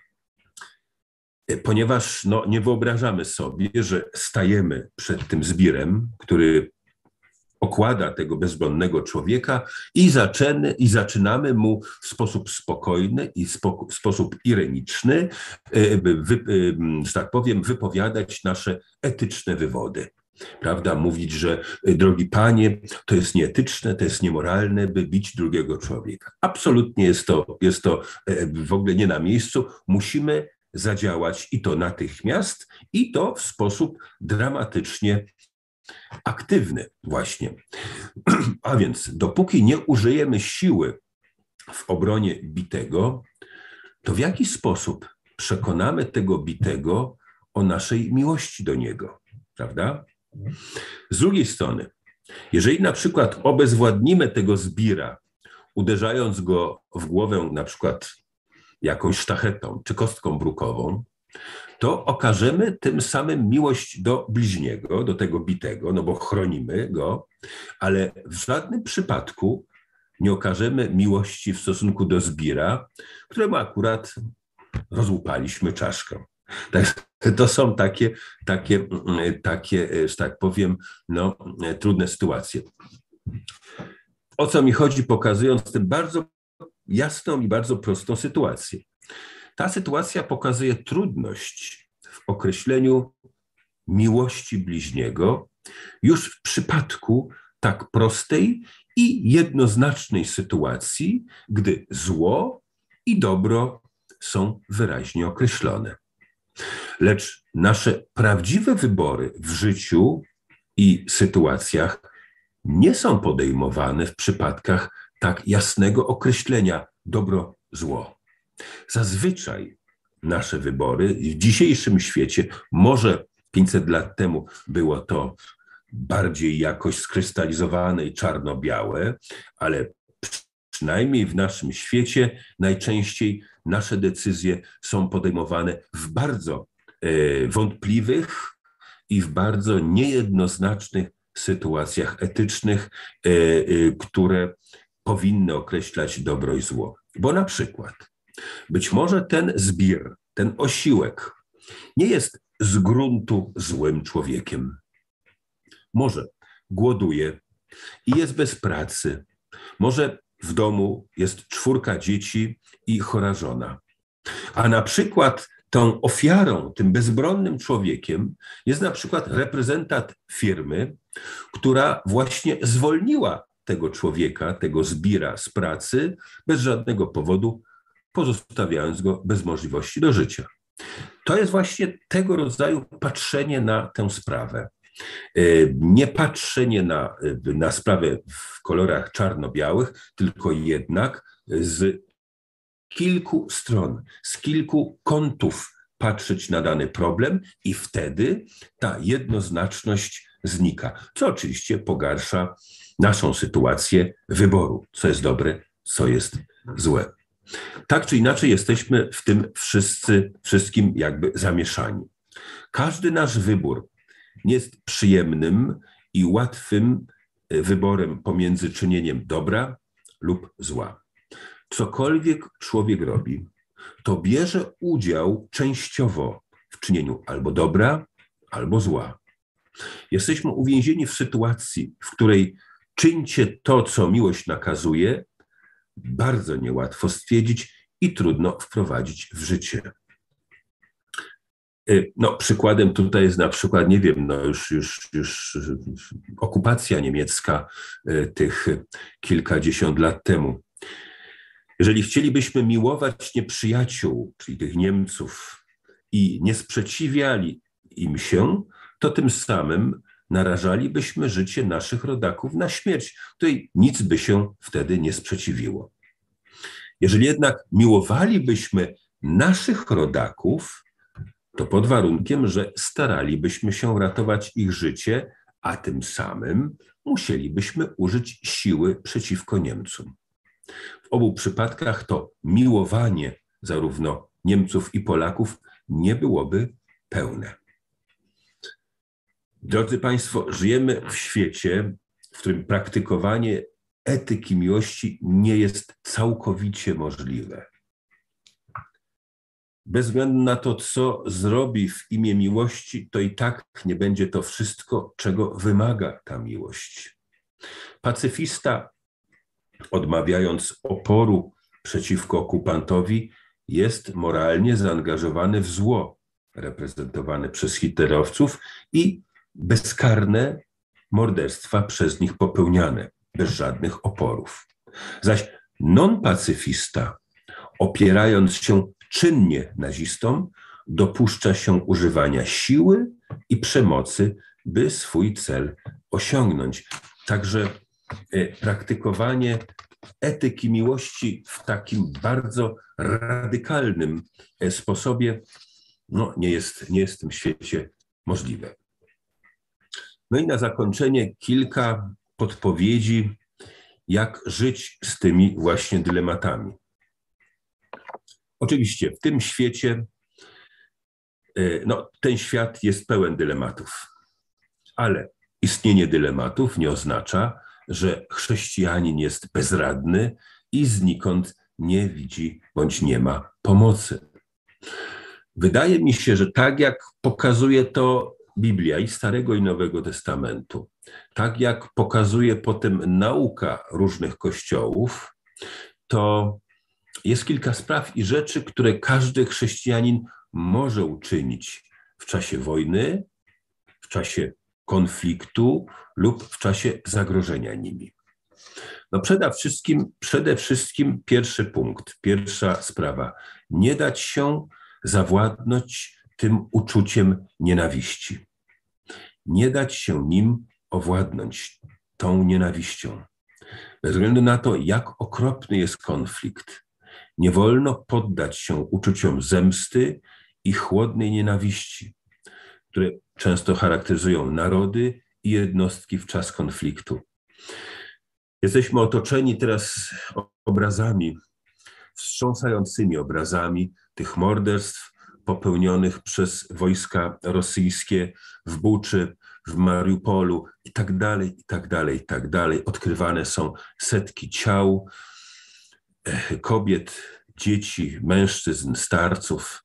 Ponieważ no, nie wyobrażamy sobie, że stajemy przed tym zbirem, który okłada tego bezbronnego człowieka i, zaczyny, i zaczynamy mu w sposób spokojny i w sposób ironiczny, wy, że tak powiem, wypowiadać nasze etyczne wywody. Prawda, mówić, że drogi panie, to jest nieetyczne, to jest niemoralne, by bić drugiego człowieka. Absolutnie jest to, jest to w ogóle nie na miejscu. Musimy zadziałać i to natychmiast, i to w sposób dramatycznie aktywny właśnie. A więc dopóki nie użyjemy siły w obronie bitego, to w jaki sposób przekonamy tego bitego o naszej miłości do niego, prawda? Z drugiej strony, jeżeli na przykład obezwładnimy tego zbira, uderzając go w głowę na przykład jakąś sztachetą czy kostką brukową, to okażemy tym samym miłość do bliźniego, do tego bitego, no bo chronimy go, ale w żadnym przypadku nie okażemy miłości w stosunku do zbira, któremu akurat rozłupaliśmy czaszkę. Tak, to są takie, takie, takie, że tak powiem, no, trudne sytuacje. O co mi chodzi, pokazując tę bardzo jasną i bardzo prostą sytuację? Ta sytuacja pokazuje trudność w określeniu miłości bliźniego już w przypadku tak prostej i jednoznacznej sytuacji, gdy zło i dobro są wyraźnie określone. Lecz nasze prawdziwe wybory w życiu i sytuacjach nie są podejmowane w przypadkach tak jasnego określenia dobro-zło. Zazwyczaj nasze wybory w dzisiejszym świecie, może pięćset lat temu było to bardziej jakoś skrystalizowane i czarno-białe, ale przynajmniej w naszym świecie najczęściej nasze decyzje są podejmowane w bardzo e, wątpliwych i w bardzo niejednoznacznych sytuacjach etycznych, e, e, które powinny określać dobro i zło. Bo na przykład być może ten zbir, ten osiłek nie jest z gruntu złym człowiekiem. Może głoduje i jest bez pracy. Może w domu jest czwórka dzieci i chora żona. A na przykład tą ofiarą, tym bezbronnym człowiekiem jest na przykład reprezentant firmy, która właśnie zwolniła tego człowieka, tego zbira z pracy bez żadnego powodu, pozostawiając go bez możliwości do życia. To jest właśnie tego rodzaju patrzenie na tę sprawę. Nie patrzenie na, na sprawę w kolorach czarno-białych, tylko jednak z kilku stron, z kilku kątów patrzeć na dany problem i wtedy ta jednoznaczność znika, co oczywiście pogarsza naszą sytuację wyboru, co jest dobre, co jest złe. Tak czy inaczej jesteśmy w tym wszyscy, wszystkim jakby zamieszani. Każdy nasz wybór nie jest przyjemnym i łatwym wyborem pomiędzy czynieniem dobra lub zła. Cokolwiek człowiek robi, to bierze udział częściowo w czynieniu albo dobra, albo zła. Jesteśmy uwięzieni w sytuacji, w której czyńcie to, co miłość nakazuje, bardzo niełatwo stwierdzić i trudno wprowadzić w życie. No, przykładem tutaj jest na przykład, nie wiem, no już, już, już okupacja niemiecka tych kilkadziesiąt lat temu. Jeżeli chcielibyśmy miłować nieprzyjaciół, czyli tych Niemców, i nie sprzeciwiali im się, to tym samym narażalibyśmy życie naszych rodaków na śmierć, której nic by się wtedy nie sprzeciwiło. Jeżeli jednak miłowalibyśmy naszych rodaków, to pod warunkiem, że staralibyśmy się ratować ich życie, a tym samym musielibyśmy użyć siły przeciwko Niemcom. W obu przypadkach to miłowanie zarówno Niemców i Polaków nie byłoby pełne. Drodzy Państwo, żyjemy w świecie, w którym praktykowanie etyki miłości nie jest całkowicie możliwe. Bez względu na to, co zrobi w imię miłości, to i tak nie będzie to wszystko, czego wymaga ta miłość. Pacyfista, odmawiając oporu przeciwko okupantowi, jest moralnie zaangażowany w zło reprezentowane przez hitlerowców i bezkarne morderstwa przez nich popełniane, bez żadnych oporów. Zaś non-pacyfista, opierając się czynnie nazistom, dopuszcza się używania siły i przemocy, by swój cel osiągnąć. Także praktykowanie etyki miłości w takim bardzo radykalnym sposobie no, nie jest, nie jest w tym świecie możliwe. No i na zakończenie kilka podpowiedzi, jak żyć z tymi właśnie dylematami. Oczywiście w tym świecie No, ten świat jest pełen dylematów, ale istnienie dylematów nie oznacza, że chrześcijanin jest bezradny i znikąd nie widzi bądź nie ma pomocy. Wydaje mi się, że tak jak pokazuje to Biblia i Starego i Nowego Testamentu, tak jak pokazuje potem nauka różnych kościołów, to jest kilka spraw i rzeczy, które każdy chrześcijanin może uczynić w czasie wojny, w czasie konfliktu lub w czasie zagrożenia nimi. No przede wszystkim, przede wszystkim pierwszy punkt, pierwsza sprawa. Nie dać się zawładnąć tym uczuciem nienawiści. Nie dać się nim owładnąć, tą nienawiścią. Bez względu na to, jak okropny jest konflikt, nie wolno poddać się uczuciom zemsty i chłodnej nienawiści, które często charakteryzują narody i jednostki w czas konfliktu. Jesteśmy otoczeni teraz obrazami, wstrząsającymi obrazami tych morderstw popełnionych przez wojska rosyjskie w Buczy, w Mariupolu i tak dalej, i tak dalej, i tak dalej. Odkrywane są setki ciał kobiet, dzieci, mężczyzn, starców.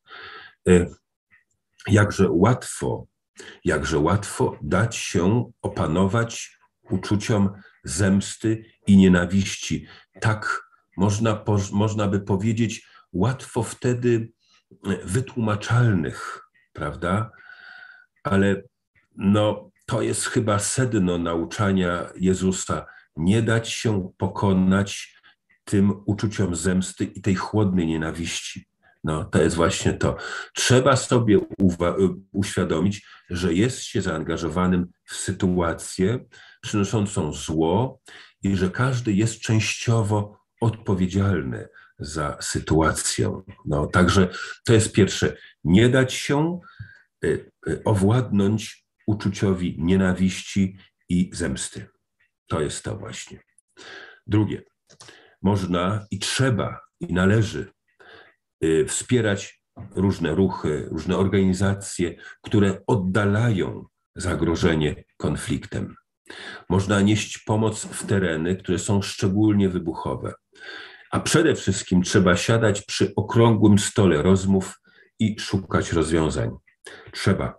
Jakże łatwo, jakże łatwo dać się opanować uczuciom zemsty i nienawiści. Tak można, można by powiedzieć, łatwo wtedy wytłumaczalnych, prawda? Ale no, to jest chyba sedno nauczania Jezusa. Nie dać się pokonać tym uczuciom zemsty i tej chłodnej nienawiści. No, to jest właśnie to. Trzeba sobie uświadomić, że jest się zaangażowanym w sytuację przynoszącą zło i że każdy jest częściowo odpowiedzialny za sytuację. No, także to jest pierwsze. Nie dać się owładnąć uczuciowi nienawiści i zemsty. To jest to właśnie. Drugie. Można i trzeba i należy wspierać różne ruchy, różne organizacje, które oddalają zagrożenie konfliktem. Można nieść pomoc w tereny, które są szczególnie wybuchowe. A przede wszystkim trzeba siadać przy okrągłym stole rozmów i szukać rozwiązań. Trzeba.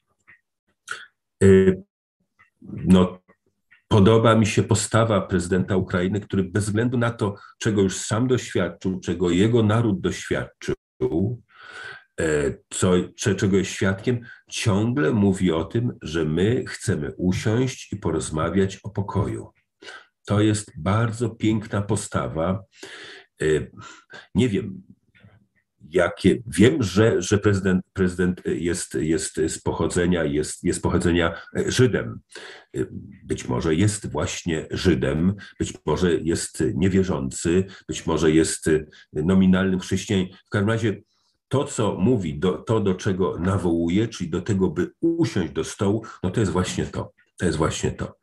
No, podoba mi się postawa prezydenta Ukrainy, który bez względu na to, czego już sam doświadczył, czego jego naród doświadczył, co, czego jest świadkiem, ciągle mówi o tym, że my chcemy usiąść i porozmawiać o pokoju. To jest bardzo piękna postawa. Nie wiem, jakie. Wiem, że, że prezydent, prezydent jest, jest z pochodzenia, jest, jest pochodzenia Żydem. Być może jest właśnie Żydem, być może jest niewierzący, być może jest nominalnym chrześcijaninem. W każdym razie to, co mówi, do, to, do czego nawołuje, czyli do tego, by usiąść do stołu, no to jest właśnie to. To jest właśnie to.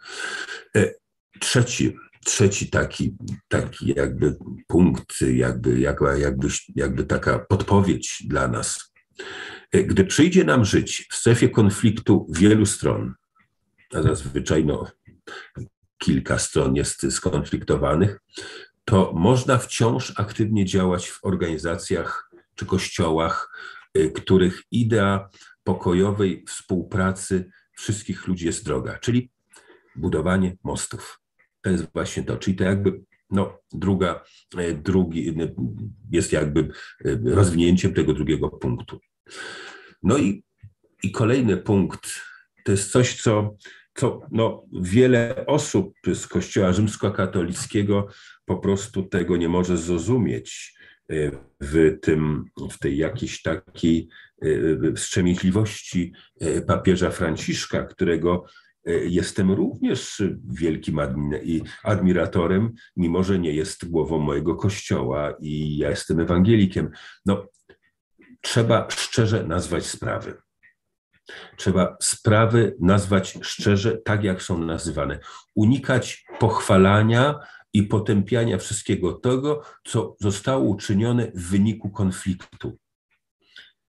Trzeci, trzeci taki, taki jakby punkt, jakby, jakby, jakby, jakby taka podpowiedź dla nas. Gdy przyjdzie nam żyć w strefie konfliktu wielu stron, a zazwyczaj no, kilka stron jest skonfliktowanych, to można wciąż aktywnie działać w organizacjach czy kościołach, których idea pokojowej współpracy wszystkich ludzi jest droga, czyli budowanie mostów. To jest właśnie to, czyli to jakby no, druga, drugi, jest jakby rozwinięciem tego drugiego punktu. No i, i kolejny punkt to jest coś, co, co no, wiele osób z Kościoła rzymskokatolickiego po prostu tego nie może zrozumieć w, tym, w tej jakiejś takiej wstrzemięźliwości papieża Franciszka, którego jestem również wielkim admiratorem, mimo że nie jest głową mojego kościoła i ja jestem ewangelikiem. No, trzeba szczerze nazwać sprawy. Trzeba sprawy nazwać szczerze, tak jak są nazywane. Unikać pochwalania i potępiania wszystkiego tego, co zostało uczynione w wyniku konfliktu.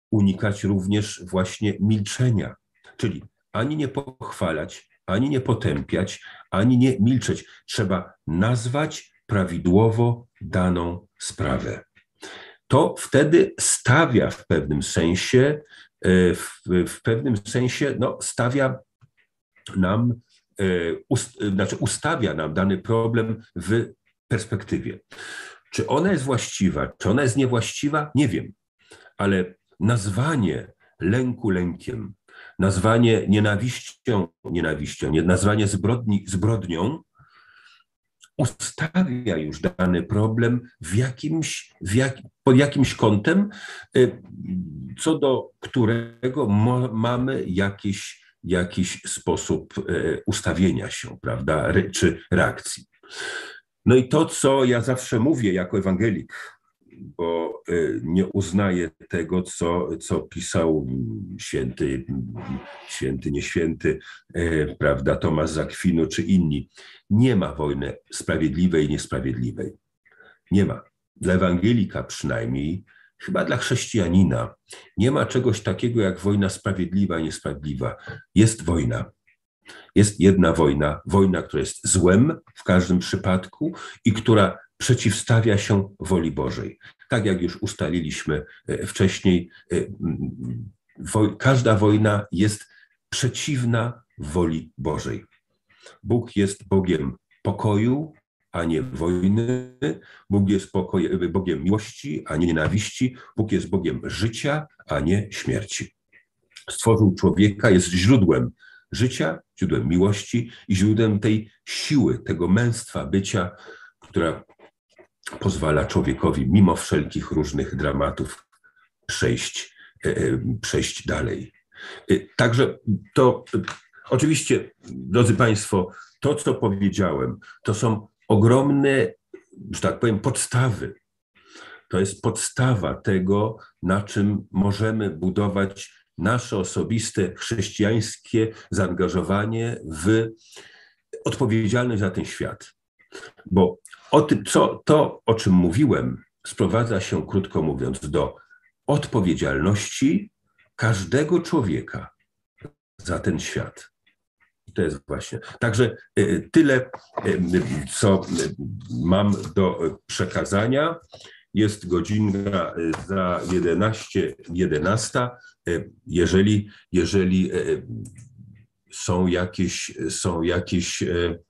unikać również właśnie milczenia, czyli ani nie pochwalać, ani nie potępiać, ani nie milczeć. Trzeba nazwać prawidłowo daną sprawę. To wtedy stawia w pewnym sensie, w, w pewnym sensie no, stawia nam, ust, znaczy ustawia nam dany problem w perspektywie. Czy ona jest właściwa, czy ona jest niewłaściwa? Nie wiem, ale nazwanie lęku lękiem, nazwanie nienawiścią nienawiścią, nazwanie zbrodni zbrodnią ustawia już dany problem w jakimś, w jak, pod jakimś kątem, co do którego mo, mamy jakiś, jakiś sposób ustawienia się, prawda, Re, czy reakcji. No i to, co ja zawsze mówię jako ewangelik, bo nie uznaję tego, co, co pisał święty, święty, nieświęty, prawda, Tomasz z Akwinu czy inni. Nie ma wojny sprawiedliwej i niesprawiedliwej. Nie ma. Dla ewangelika przynajmniej, chyba dla chrześcijanina, nie ma czegoś takiego jak wojna sprawiedliwa i niesprawiedliwa. Jest wojna. Jest jedna wojna, wojna, która jest złem w każdym przypadku i która przeciwstawia się woli Bożej. Tak jak już ustaliliśmy wcześniej, każda wojna jest przeciwna woli Bożej. Bóg jest Bogiem pokoju, a nie wojny. Bóg jest pokoje, Bogiem miłości, a nie nienawiści. Bóg jest Bogiem życia, a nie śmierci. Stworzył człowieka, jest źródłem życia, źródłem miłości i źródłem tej siły, tego męstwa bycia, która pozwala człowiekowi mimo wszelkich różnych dramatów przejść, przejść dalej. Także to oczywiście, drodzy Państwo, to, co powiedziałem, to są ogromne, że tak powiem, podstawy. To jest podstawa tego, na czym możemy budować nasze osobiste chrześcijańskie zaangażowanie w odpowiedzialność za ten świat. Bo o tym, co, to, o czym mówiłem, sprowadza się, krótko mówiąc, do odpowiedzialności każdego człowieka za ten świat. To jest właśnie. Także tyle, co mam do przekazania. Jest godzina za jedenaście, jedenasta. Jeżeli, jeżeli są jakieś, są jakieś,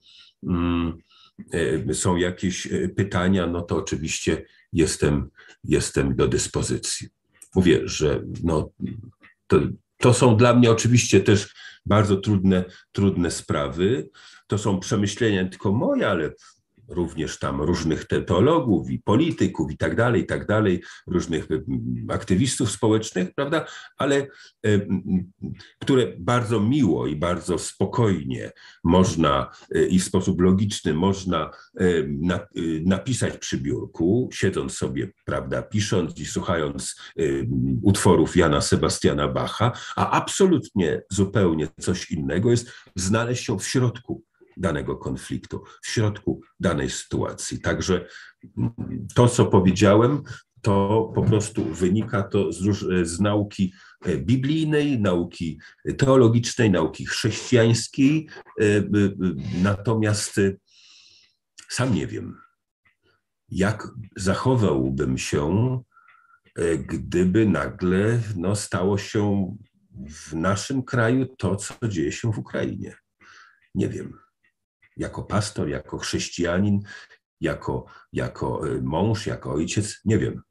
są jakieś pytania, no to oczywiście jestem, jestem do dyspozycji. Mówię, że no, to, to są dla mnie oczywiście też bardzo trudne, trudne sprawy. To są przemyślenia nie tylko moje, ale również tam różnych teologów i polityków i tak dalej, i tak dalej, różnych aktywistów społecznych, prawda, ale które bardzo miło i bardzo spokojnie można i w sposób logiczny można napisać przy biurku, siedząc sobie, prawda, pisząc i słuchając utworów Jana Sebastiana Bacha, a absolutnie zupełnie coś innego jest znaleźć się w środku danego konfliktu, w środku danej sytuacji. Także to, co powiedziałem, to po prostu wynika to z, z nauki biblijnej, nauki teologicznej, nauki chrześcijańskiej. Natomiast sam nie wiem, jak zachowałbym się, gdyby nagle no, stało się w naszym kraju to, co dzieje się w Ukrainie. Nie wiem. Jako pastor, jako chrześcijanin, jako, jako mąż, jako ojciec, nie wiem.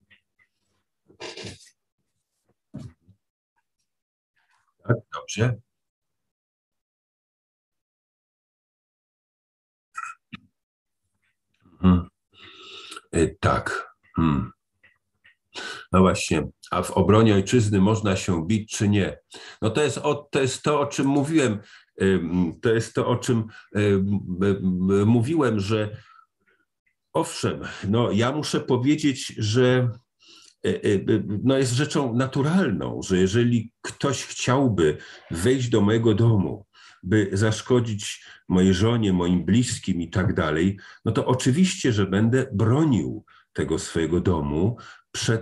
Tak, dobrze. Hmm. Tak. Hmm. No właśnie, a w obronie ojczyzny można się bić, czy nie? No to jest, o, to jest to, o czym mówiłem. To jest to, o czym mówiłem, że owszem, no ja muszę powiedzieć, że no jest rzeczą naturalną, że jeżeli ktoś chciałby wejść do mojego domu, by zaszkodzić mojej żonie, moim bliskim i tak dalej, no to oczywiście, że będę bronił tego swojego domu przed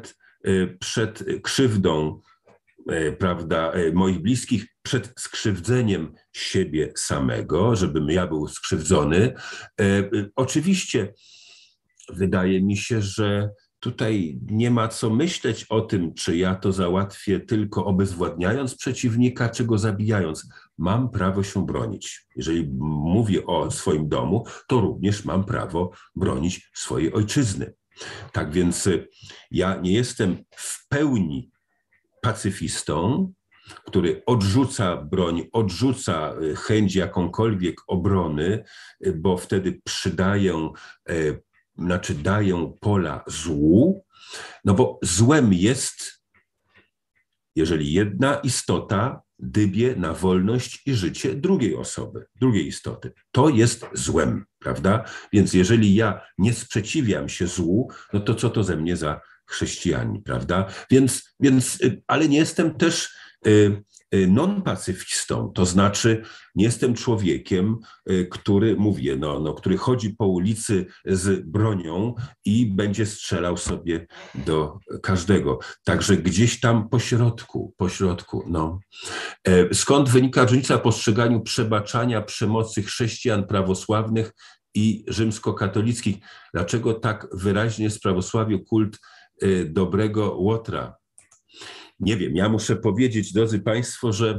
przed krzywdą, prawda, moich bliskich, przed skrzywdzeniem siebie samego, żebym ja był skrzywdzony. Oczywiście wydaje mi się, że tutaj nie ma co myśleć o tym, czy ja to załatwię tylko obezwładniając przeciwnika, czy go zabijając. Mam prawo się bronić. Jeżeli mówię o swoim domu, to również mam prawo bronić swojej ojczyzny. Tak więc ja nie jestem w pełni pacyfistą, który odrzuca broń, odrzuca chęć jakąkolwiek obrony, bo wtedy przydaję, znaczy daję pola złu, no bo złem jest, jeżeli jedna istota dybie na wolność i życie drugiej osoby, drugiej istoty. To jest złem, prawda? Więc jeżeli ja nie sprzeciwiam się złu, no to co to ze mnie za chrześcijanin, prawda? Więc, więc ale nie jestem też non-pacyfistą, to znaczy nie jestem człowiekiem, który, mówię, no, no, który chodzi po ulicy z bronią i będzie strzelał sobie do każdego. Także gdzieś tam po środku, po środku, no. Skąd wynika różnica w postrzeganiu przebaczania przemocy chrześcijan prawosławnych i rzymskokatolickich? Dlaczego tak wyraźnie jest w prawosławiu kult dobrego Łotra? Nie wiem, ja muszę powiedzieć, drodzy Państwo, że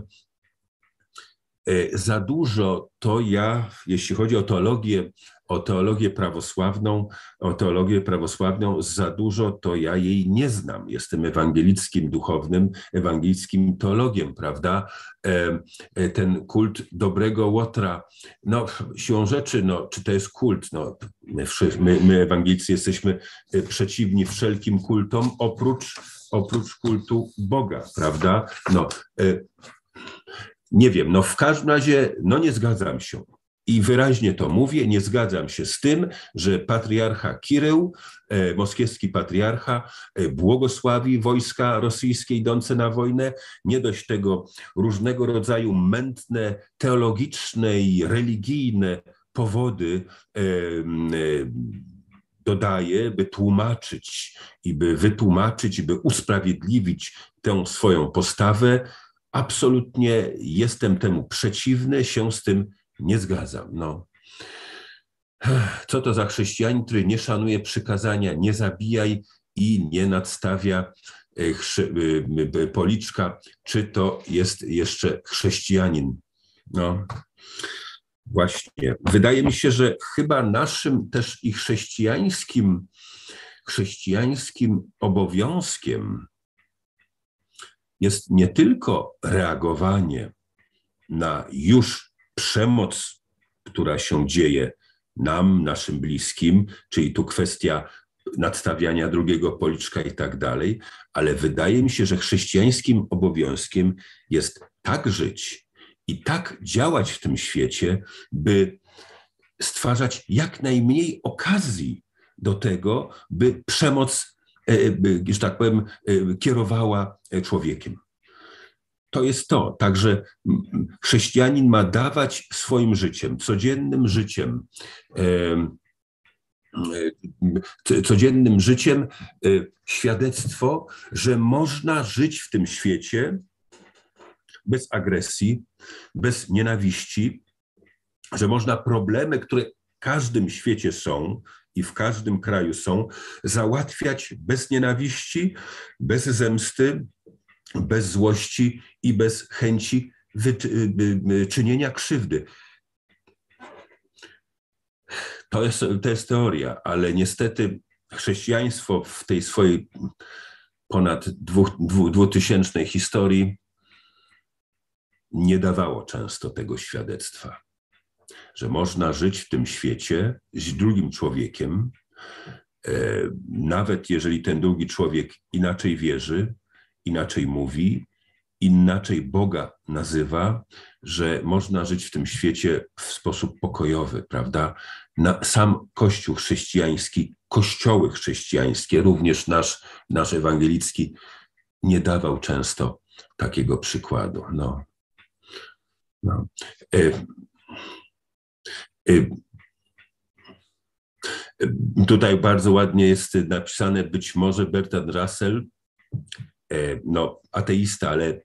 za dużo to ja, jeśli chodzi o teologię, o teologię prawosławną, o teologię prawosławną, za dużo to ja jej nie znam. Jestem ewangelickim duchownym, ewangelickim teologiem, prawda? Ten kult dobrego Łotra, no siłą rzeczy, no, czy to jest kult? No, my, my, my ewangelicy jesteśmy przeciwni wszelkim kultom, oprócz, oprócz kultu Boga, prawda? No, nie wiem, no w każdym razie, no nie zgadzam się. I wyraźnie to mówię, nie zgadzam się z tym, że patriarcha Kirył, e, moskiewski patriarcha, e, błogosławi wojska rosyjskie idące na wojnę. Nie dość tego, różnego rodzaju mętne, teologiczne i religijne powody e, e, dodaje, by tłumaczyć i by wytłumaczyć, i by usprawiedliwić tę swoją postawę. Absolutnie jestem temu przeciwny, się z tym nie zgadzam. No. Co to za chrześcijanin, który nie szanuje przykazania, nie zabijaj i nie nadstawia policzka, czy to jest jeszcze chrześcijanin? No. Właśnie. Wydaje mi się, że chyba naszym też i chrześcijańskim, chrześcijańskim obowiązkiem jest nie tylko reagowanie na już przemoc, która się dzieje nam, naszym bliskim, czyli tu kwestia nadstawiania drugiego policzka i tak dalej, ale wydaje mi się, że chrześcijańskim obowiązkiem jest tak żyć i tak działać w tym świecie, by stwarzać jak najmniej okazji do tego, by przemoc, że tak powiem, kierowała człowiekiem. To jest to. Także chrześcijanin ma dawać swoim życiem, codziennym życiem, codziennym życiem świadectwo, że można żyć w tym świecie bez agresji, bez nienawiści, że można problemy, które w każdym świecie są i w każdym kraju są, załatwiać bez nienawiści, bez zemsty, bez złości i bez chęci czynienia krzywdy. To jest, to jest teoria, ale niestety chrześcijaństwo w tej swojej ponad dwu, dwu, dwutysięcznej historii nie dawało często tego świadectwa, że można żyć w tym świecie z drugim człowiekiem, nawet jeżeli ten drugi człowiek inaczej wierzy, inaczej mówi, inaczej Boga nazywa, że można żyć w tym świecie w sposób pokojowy, prawda? Na, sam Kościół chrześcijański, kościoły chrześcijańskie, również nasz, nasz ewangelicki, nie dawał często takiego przykładu. No. No. E, e, Tutaj bardzo ładnie jest napisane, być może Bertrand Russell no, ateista, ale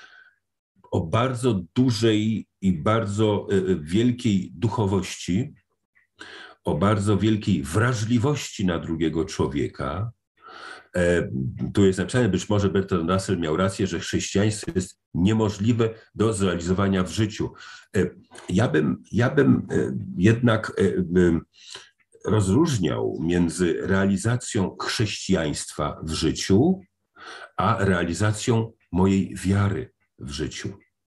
o bardzo dużej i bardzo wielkiej duchowości, o bardzo wielkiej wrażliwości na drugiego człowieka. Tu jest napisane, być może Bertrand Russell miał rację, że chrześcijaństwo jest niemożliwe do zrealizowania w życiu. Ja bym, ja bym jednak rozróżniał między realizacją chrześcijaństwa w życiu, a realizacją mojej wiary w życiu.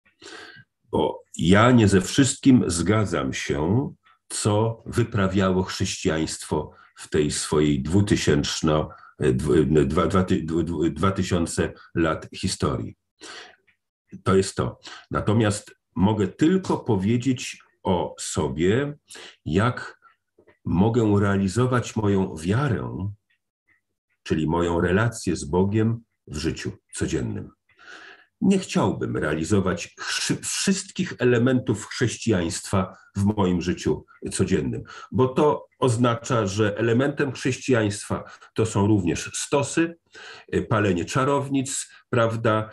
Bo ja nie ze wszystkim zgadzam się, co wyprawiało chrześcijaństwo w tej swojej dwutysięczno, dwa, dwa, dwa tysiące lat historii. To jest to. Natomiast mogę tylko powiedzieć o sobie, jak mogę realizować moją wiarę, czyli moją relację z Bogiem w życiu codziennym. Nie chciałbym realizować wszystkich elementów chrześcijaństwa w moim życiu codziennym, bo to oznacza, że elementem chrześcijaństwa to są również stosy, palenie czarownic, prawda,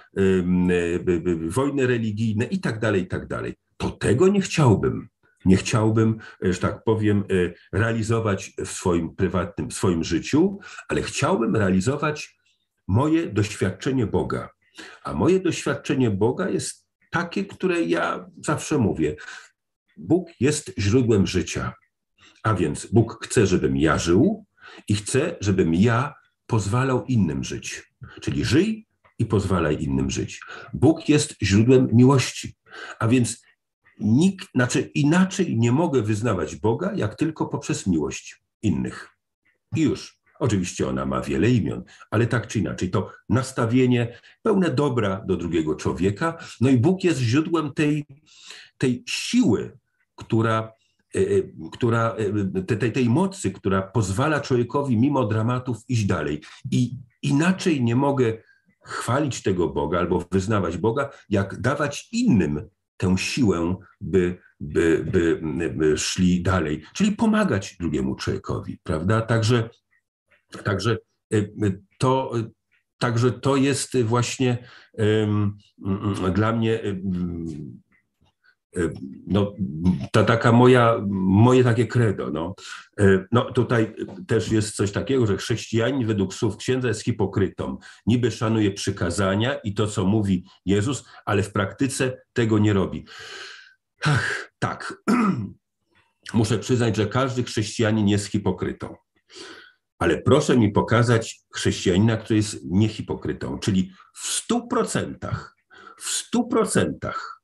wojny religijne i tak dalej, i tak dalej. To tego nie chciałbym. Nie chciałbym, że tak powiem, realizować w swoim prywatnym, w swoim życiu, ale chciałbym realizować moje doświadczenie Boga. A moje doświadczenie Boga jest takie, które ja zawsze mówię. Bóg jest źródłem życia. A więc Bóg chce, żebym ja żył i chce, żebym ja pozwalał innym żyć. Czyli żyj i pozwalaj innym żyć. Bóg jest źródłem miłości. A więc nikt, znaczy inaczej nie mogę wyznawać Boga, jak tylko poprzez miłość innych. I już. Oczywiście ona ma wiele imion, ale tak czy inaczej to nastawienie pełne dobra do drugiego człowieka. No i Bóg jest źródłem tej, tej siły, która, która tej, tej mocy, która pozwala człowiekowi mimo dramatów iść dalej. I inaczej nie mogę chwalić tego Boga albo wyznawać Boga, jak dawać innym tę siłę, by, by, by, by szli dalej. Czyli pomagać drugiemu człowiekowi, prawda? Także Także to, także to jest właśnie um, dla mnie um, no, ta taka moja, moje takie credo. No. No, tutaj też jest coś takiego, że chrześcijanin według słów księdza jest hipokrytą. Niby szanuje przykazania i to, co mówi Jezus, ale w praktyce tego nie robi. Ach, tak. Muszę przyznać, że każdy chrześcijanin jest hipokrytą. Ale proszę mi pokazać chrześcijanina, który jest niehipokrytą, czyli w stu procentach, w stu procentach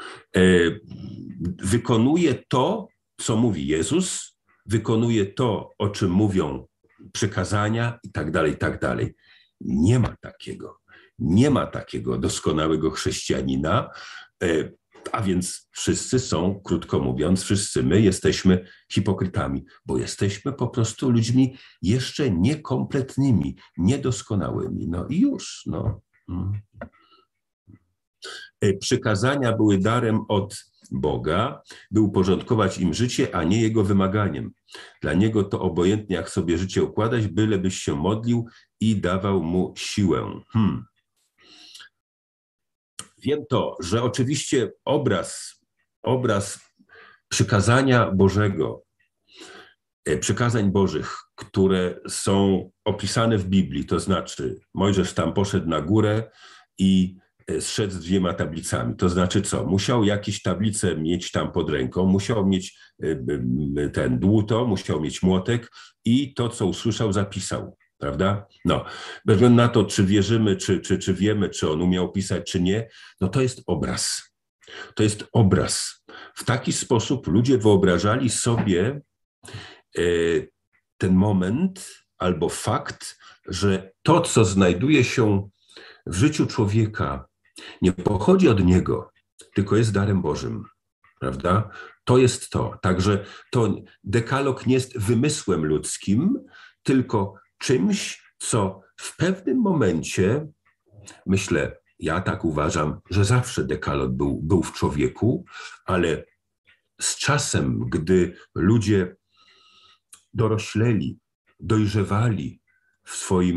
wykonuje to, co mówi Jezus, wykonuje to, o czym mówią przykazania i tak dalej, i tak dalej. Nie ma takiego, nie ma takiego doskonałego chrześcijanina, a więc wszyscy są, krótko mówiąc, wszyscy my jesteśmy hipokrytami, bo jesteśmy po prostu ludźmi jeszcze niekompletnymi, niedoskonałymi. No i już. No. Przykazania były darem od Boga, by uporządkować im życie, a nie jego wymaganiem. Dla niego to obojętnie, jak sobie życie układać, bylebyś się modlił i dawał mu siłę. Hmm. Wiem to, że oczywiście obraz, obraz przykazania Bożego, przykazań Bożych, które są opisane w Biblii, to znaczy Mojżesz tam poszedł na górę i zszedł z dwiema tablicami. To znaczy co? Musiał jakieś tablice mieć tam pod ręką, musiał mieć ten dłuto, musiał mieć młotek i to, co usłyszał, zapisał. Prawda? No, bez względu na to, czy wierzymy, czy, czy, czy wiemy, czy on umiał pisać, czy nie, no to jest obraz. To jest obraz. W taki sposób ludzie wyobrażali sobie e, ten moment albo fakt, że to, co znajduje się w życiu człowieka, nie pochodzi od niego, tylko jest darem Bożym. Prawda? To jest to. Także to dekalog nie jest wymysłem ludzkim, tylko czymś, co w pewnym momencie, myślę, ja tak uważam, że zawsze dekalog był, był w człowieku, ale z czasem, gdy ludzie dorośleli, dojrzewali w swoim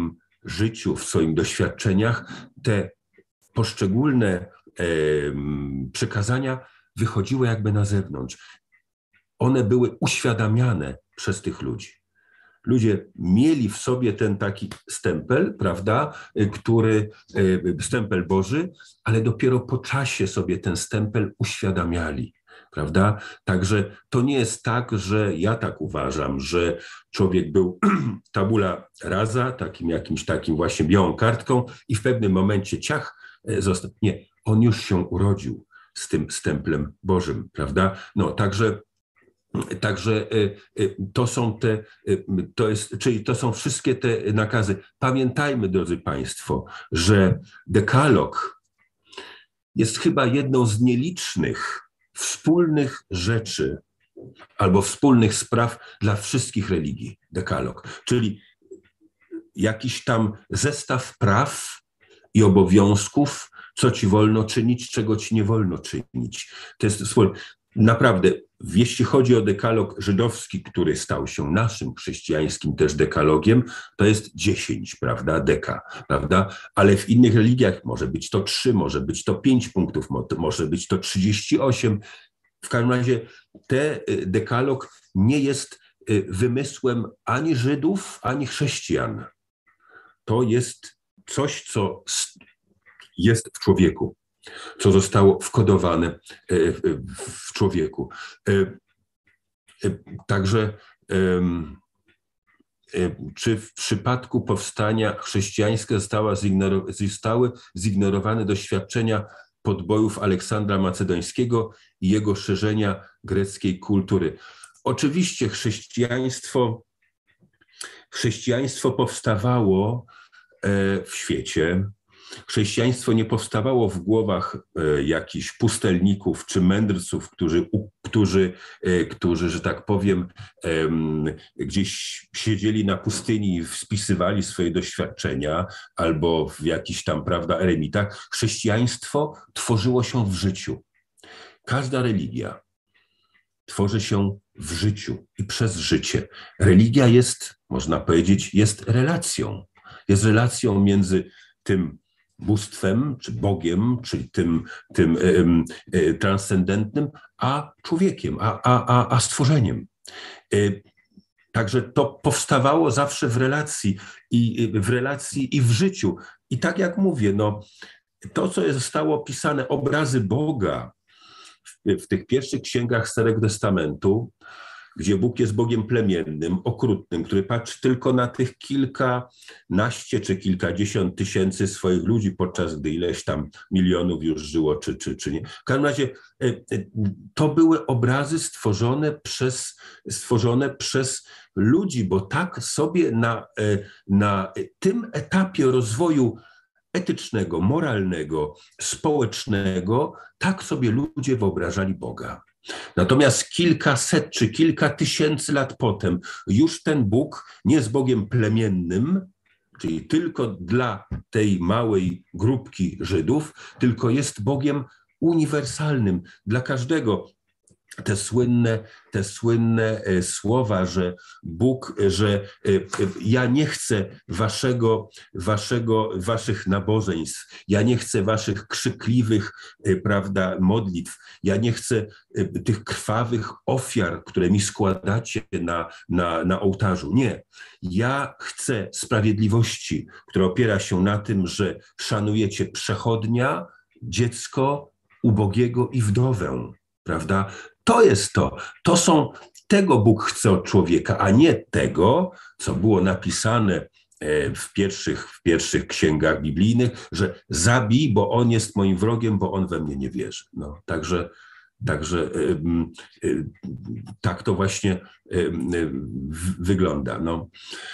życiu, w swoich doświadczeniach te poszczególne e, przekazania wychodziły jakby na zewnątrz. One były uświadamiane przez tych ludzi. Ludzie mieli w sobie ten taki stempel, prawda, który, stempel Boży, ale dopiero po czasie sobie ten stempel uświadamiali, prawda? Także to nie jest tak, że ja tak uważam, że człowiek był tabula rasa, takim jakimś takim właśnie białą kartką i w pewnym momencie ciach został. Nie, on już się urodził z tym stemplem Bożym, prawda? No, także Także to są te, to jest, czyli to są wszystkie te nakazy. Pamiętajmy, drodzy Państwo, że dekalog jest chyba jedną z nielicznych wspólnych rzeczy albo wspólnych spraw dla wszystkich religii. Dekalog, czyli jakiś tam zestaw praw i obowiązków, co ci wolno czynić, czego ci nie wolno czynić. To jest wspólne. Naprawdę, jeśli chodzi o dekalog żydowski, który stał się naszym chrześcijańskim też dekalogiem, to jest dziesięć, prawda, deka, prawda, ale w innych religiach może być to trzy, może być to pięć punktów, może być to trzydzieści osiem. W każdym razie ten dekalog nie jest wymysłem ani Żydów, ani chrześcijan. To jest coś, co jest w człowieku, co zostało wkodowane w człowieku. Także czy w przypadku powstania chrześcijańskiego zostały zignorowane doświadczenia podbojów Aleksandra Macedońskiego i jego szerzenia greckiej kultury? Oczywiście chrześcijaństwo, chrześcijaństwo powstawało w świecie. Chrześcijaństwo nie powstawało w głowach e, jakichś pustelników czy mędrców, którzy, u, którzy, e, którzy, że tak powiem, e, gdzieś siedzieli na pustyni i spisywali swoje doświadczenia albo w jakichś tam, prawda, eremitach. Chrześcijaństwo tworzyło się w życiu. Każda religia tworzy się w życiu i przez życie. Religia jest, można powiedzieć, jest relacją. Jest relacją między tym bóstwem, czy Bogiem, czyli tym, tym e, e, transcendentnym, a człowiekiem, a, a, a, a stworzeniem. E, także to powstawało zawsze w relacji i w relacji i w życiu. I tak jak mówię, no, to, co zostało opisane, obrazy Boga w, w tych pierwszych księgach Starego Testamentu, gdzie Bóg jest Bogiem plemiennym, okrutnym, który patrzy tylko na tych kilkanaście czy kilkadziesiąt tysięcy swoich ludzi, podczas gdy ileś tam milionów już żyło, czy, czy, czy nie. W każdym razie to były obrazy stworzone przez, stworzone przez ludzi, bo tak sobie na, na tym etapie rozwoju etycznego, moralnego, społecznego, tak sobie ludzie wyobrażali Boga. Natomiast kilkaset czy kilka tysięcy lat potem już ten Bóg nie jest Bogiem plemiennym, czyli tylko dla tej małej grupki Żydów, tylko jest Bogiem uniwersalnym dla każdego. Te słynne, te słynne słowa, że Bóg, że ja nie chcę waszego, waszego, waszych nabożeństw, ja nie chcę waszych krzykliwych, prawda, modlitw, ja nie chcę tych krwawych ofiar, które mi składacie na, na, na ołtarzu. Nie. Ja chcę sprawiedliwości, która opiera się na tym, że szanujecie przechodnia, dziecko, ubogiego i wdowę, prawda? To jest to. To są, tego Bóg chce od człowieka, a nie tego, co było napisane w pierwszych, w pierwszych księgach biblijnych, że zabij, bo on jest moim wrogiem, bo on we mnie nie wierzy. No, także także tak to właśnie wygląda. No.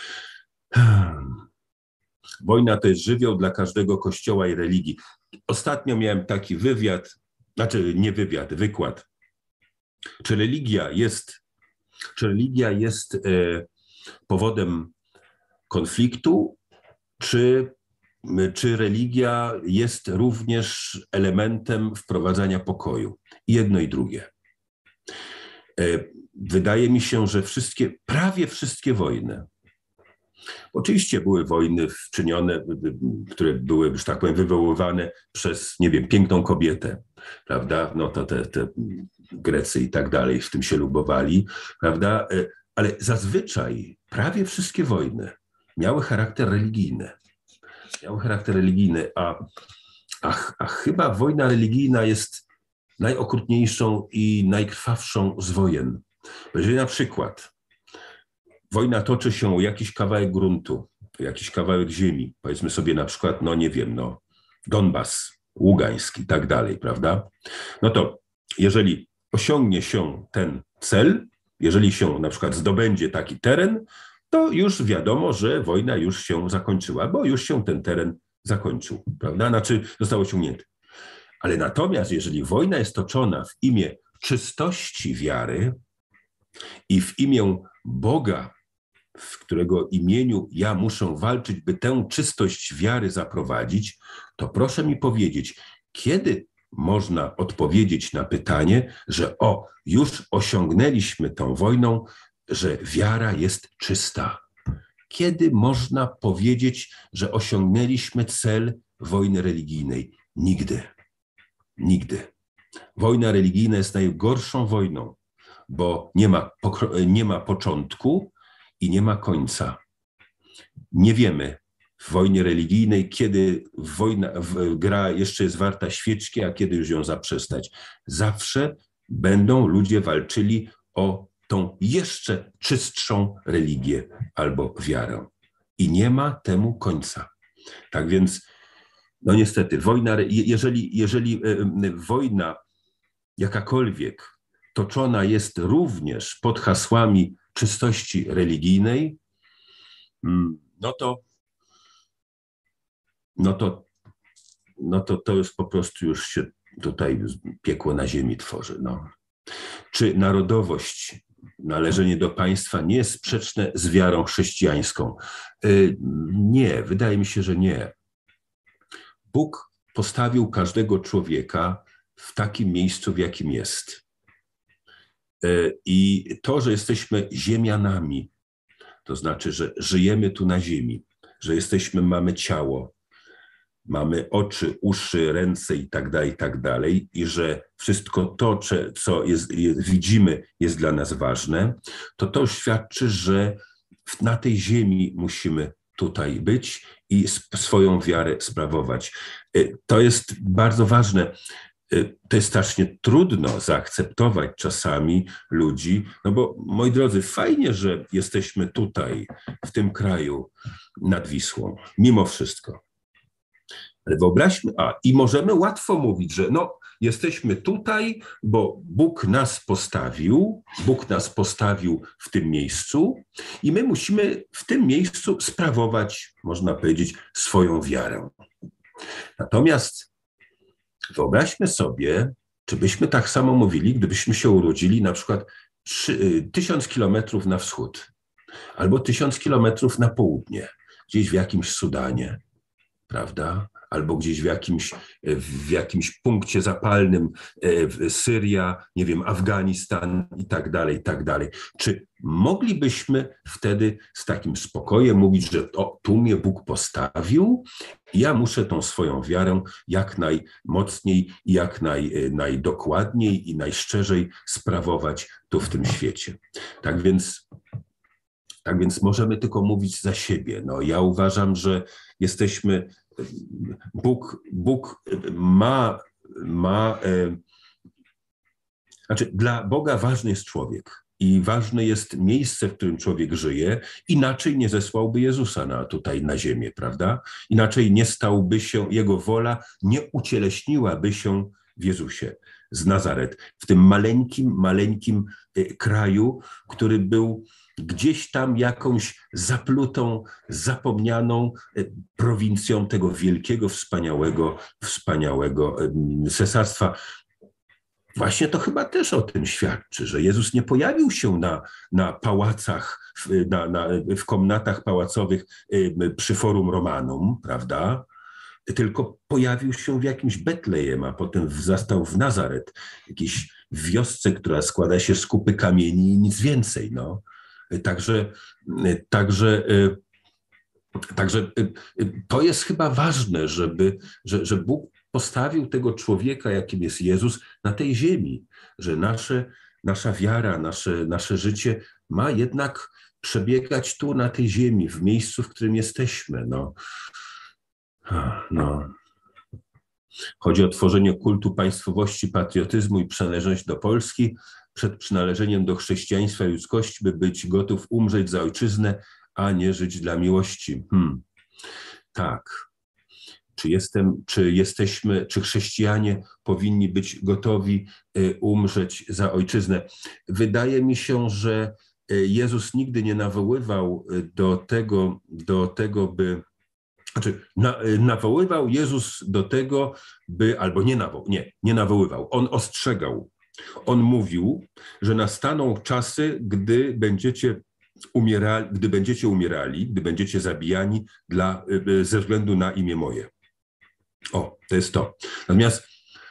Wojna to jest żywioł dla każdego kościoła i religii. Ostatnio miałem taki wywiad, znaczy nie wywiad, wykład. Czy religia jest, czy religia jest e, powodem konfliktu, czy, czy religia jest również elementem wprowadzania pokoju? Jedno i drugie. E, wydaje mi się, że wszystkie, prawie wszystkie wojny, Oczywiście były wojny wczynione, które były, że tak powiem, wywoływane przez, nie wiem, piękną kobietę, prawda? No to te, te Grecy i tak dalej w tym się lubowali, prawda? Ale zazwyczaj prawie wszystkie wojny miały charakter religijny. Miały charakter religijny, a, a, a chyba wojna religijna jest najokrutniejszą i najkrwawszą z wojen. Bo jeżeli na przykład wojna toczy się o jakiś kawałek gruntu, jakiś kawałek ziemi, powiedzmy sobie na przykład, no nie wiem, no Donbas, Ługańsk i tak dalej, prawda? No to jeżeli osiągnie się ten cel, jeżeli się na przykład zdobędzie taki teren, to już wiadomo, że wojna już się zakończyła, bo już się ten teren zakończył, prawda? Znaczy został osiągnięty. Ale natomiast jeżeli wojna jest toczona w imię czystości wiary i w imię Boga, w którego imieniu ja muszę walczyć, by tę czystość wiary zaprowadzić, to proszę mi powiedzieć, kiedy można odpowiedzieć na pytanie, że o, już osiągnęliśmy tą wojną, że wiara jest czysta. Kiedy można powiedzieć, że osiągnęliśmy cel wojny religijnej? Nigdy. Nigdy. Wojna religijna jest najgorszą wojną, bo nie ma, nie ma początku i nie ma końca. Nie wiemy w wojnie religijnej, kiedy wojna, gra jeszcze jest warta świeczki, a kiedy już ją zaprzestać. Zawsze będą ludzie walczyli o tą jeszcze czystszą religię albo wiarę. I nie ma temu końca. Tak więc, no niestety, wojna, jeżeli, jeżeli wojna jakakolwiek toczona jest również pod hasłami czystości religijnej, no to, no to, no to, to już po prostu już się tutaj piekło na ziemi tworzy. No. Czy narodowość, należenie do państwa nie jest sprzeczne z wiarą chrześcijańską? Nie, wydaje mi się, że nie. Bóg postawił każdego człowieka w takim miejscu, w jakim jest. I to, że jesteśmy ziemianami, to znaczy, że żyjemy tu na ziemi, że jesteśmy, mamy ciało, mamy oczy, uszy, ręce i tak dalej, i tak dalej, i że wszystko to, co jest, widzimy, jest dla nas ważne, to to świadczy, że na tej ziemi musimy tutaj być i swoją wiarę sprawować. To jest bardzo ważne. To jest strasznie trudno zaakceptować czasami ludzi, no bo moi drodzy, fajnie, że jesteśmy tutaj, w tym kraju nad Wisłą, mimo wszystko. Ale wyobraźmy, a i możemy łatwo mówić, że no jesteśmy tutaj, bo Bóg nas postawił, Bóg nas postawił w tym miejscu i my musimy w tym miejscu sprawować, można powiedzieć, swoją wiarę. Natomiast wyobraźmy sobie, czy byśmy tak samo mówili, gdybyśmy się urodzili na przykład trzy, tysiąc kilometrów na wschód albo tysiąc kilometrów na południe, gdzieś w jakimś Sudanie, prawda? Albo gdzieś w jakimś, w jakimś punkcie zapalnym, Syria, nie wiem, Afganistan i tak dalej, i tak dalej. Czy moglibyśmy wtedy z takim spokojem mówić, że o, tu mnie Bóg postawił i ja muszę tą swoją wiarę jak najmocniej, jak naj, najdokładniej i najszczerzej sprawować tu w tym świecie. Tak więc, tak więc możemy tylko mówić za siebie. No, ja uważam, że jesteśmy, Bóg, Bóg ma, ma e, znaczy dla Boga ważny jest człowiek i ważne jest miejsce, w którym człowiek żyje, inaczej nie zesłałby Jezusa na, tutaj na ziemię, prawda? Inaczej nie stałby się, Jego wola nie ucieleśniłaby się w Jezusie z Nazaret, w tym maleńkim, maleńkim kraju, który był gdzieś tam jakąś zaplutą, zapomnianą prowincją tego wielkiego, wspaniałego, wspaniałego cesarstwa. Właśnie to chyba też o tym świadczy, że Jezus nie pojawił się na, na pałacach, na, na, w komnatach pałacowych przy Forum Romanum, prawda? Tylko pojawił się w jakimś Betlejem, a potem zastał w Nazaret, jakiejś wiosce, która składa się z kupy kamieni i nic więcej. No. Także, także Także to jest chyba ważne, żeby, że, że Bóg postawił tego człowieka, jakim jest Jezus, na tej ziemi, że nasze, nasza wiara, nasze, nasze życie ma jednak przebiegać tu, na tej ziemi, w miejscu, w którym jesteśmy. No. No. Chodzi o tworzenie kultu państwowości, patriotyzmu i przynależność do Polski przed przynależeniem do chrześcijaństwa i ludzkości, by być gotów umrzeć za ojczyznę, a nie żyć dla miłości. Hmm. Tak. Czy, jestem, czy jesteśmy, czy chrześcijanie powinni być gotowi umrzeć za ojczyznę? Wydaje mi się, że Jezus nigdy nie nawoływał do tego, do tego by... Znaczy, na, nawoływał Jezus do tego, by... Albo nie, nawoł, nie, nie nawoływał. On ostrzegał. On mówił, że nastaną czasy, gdy będziecie umierali, gdy będziecie umierali, gdy będziecie zabijani dla, ze względu na imię moje. O, to jest to. Natomiast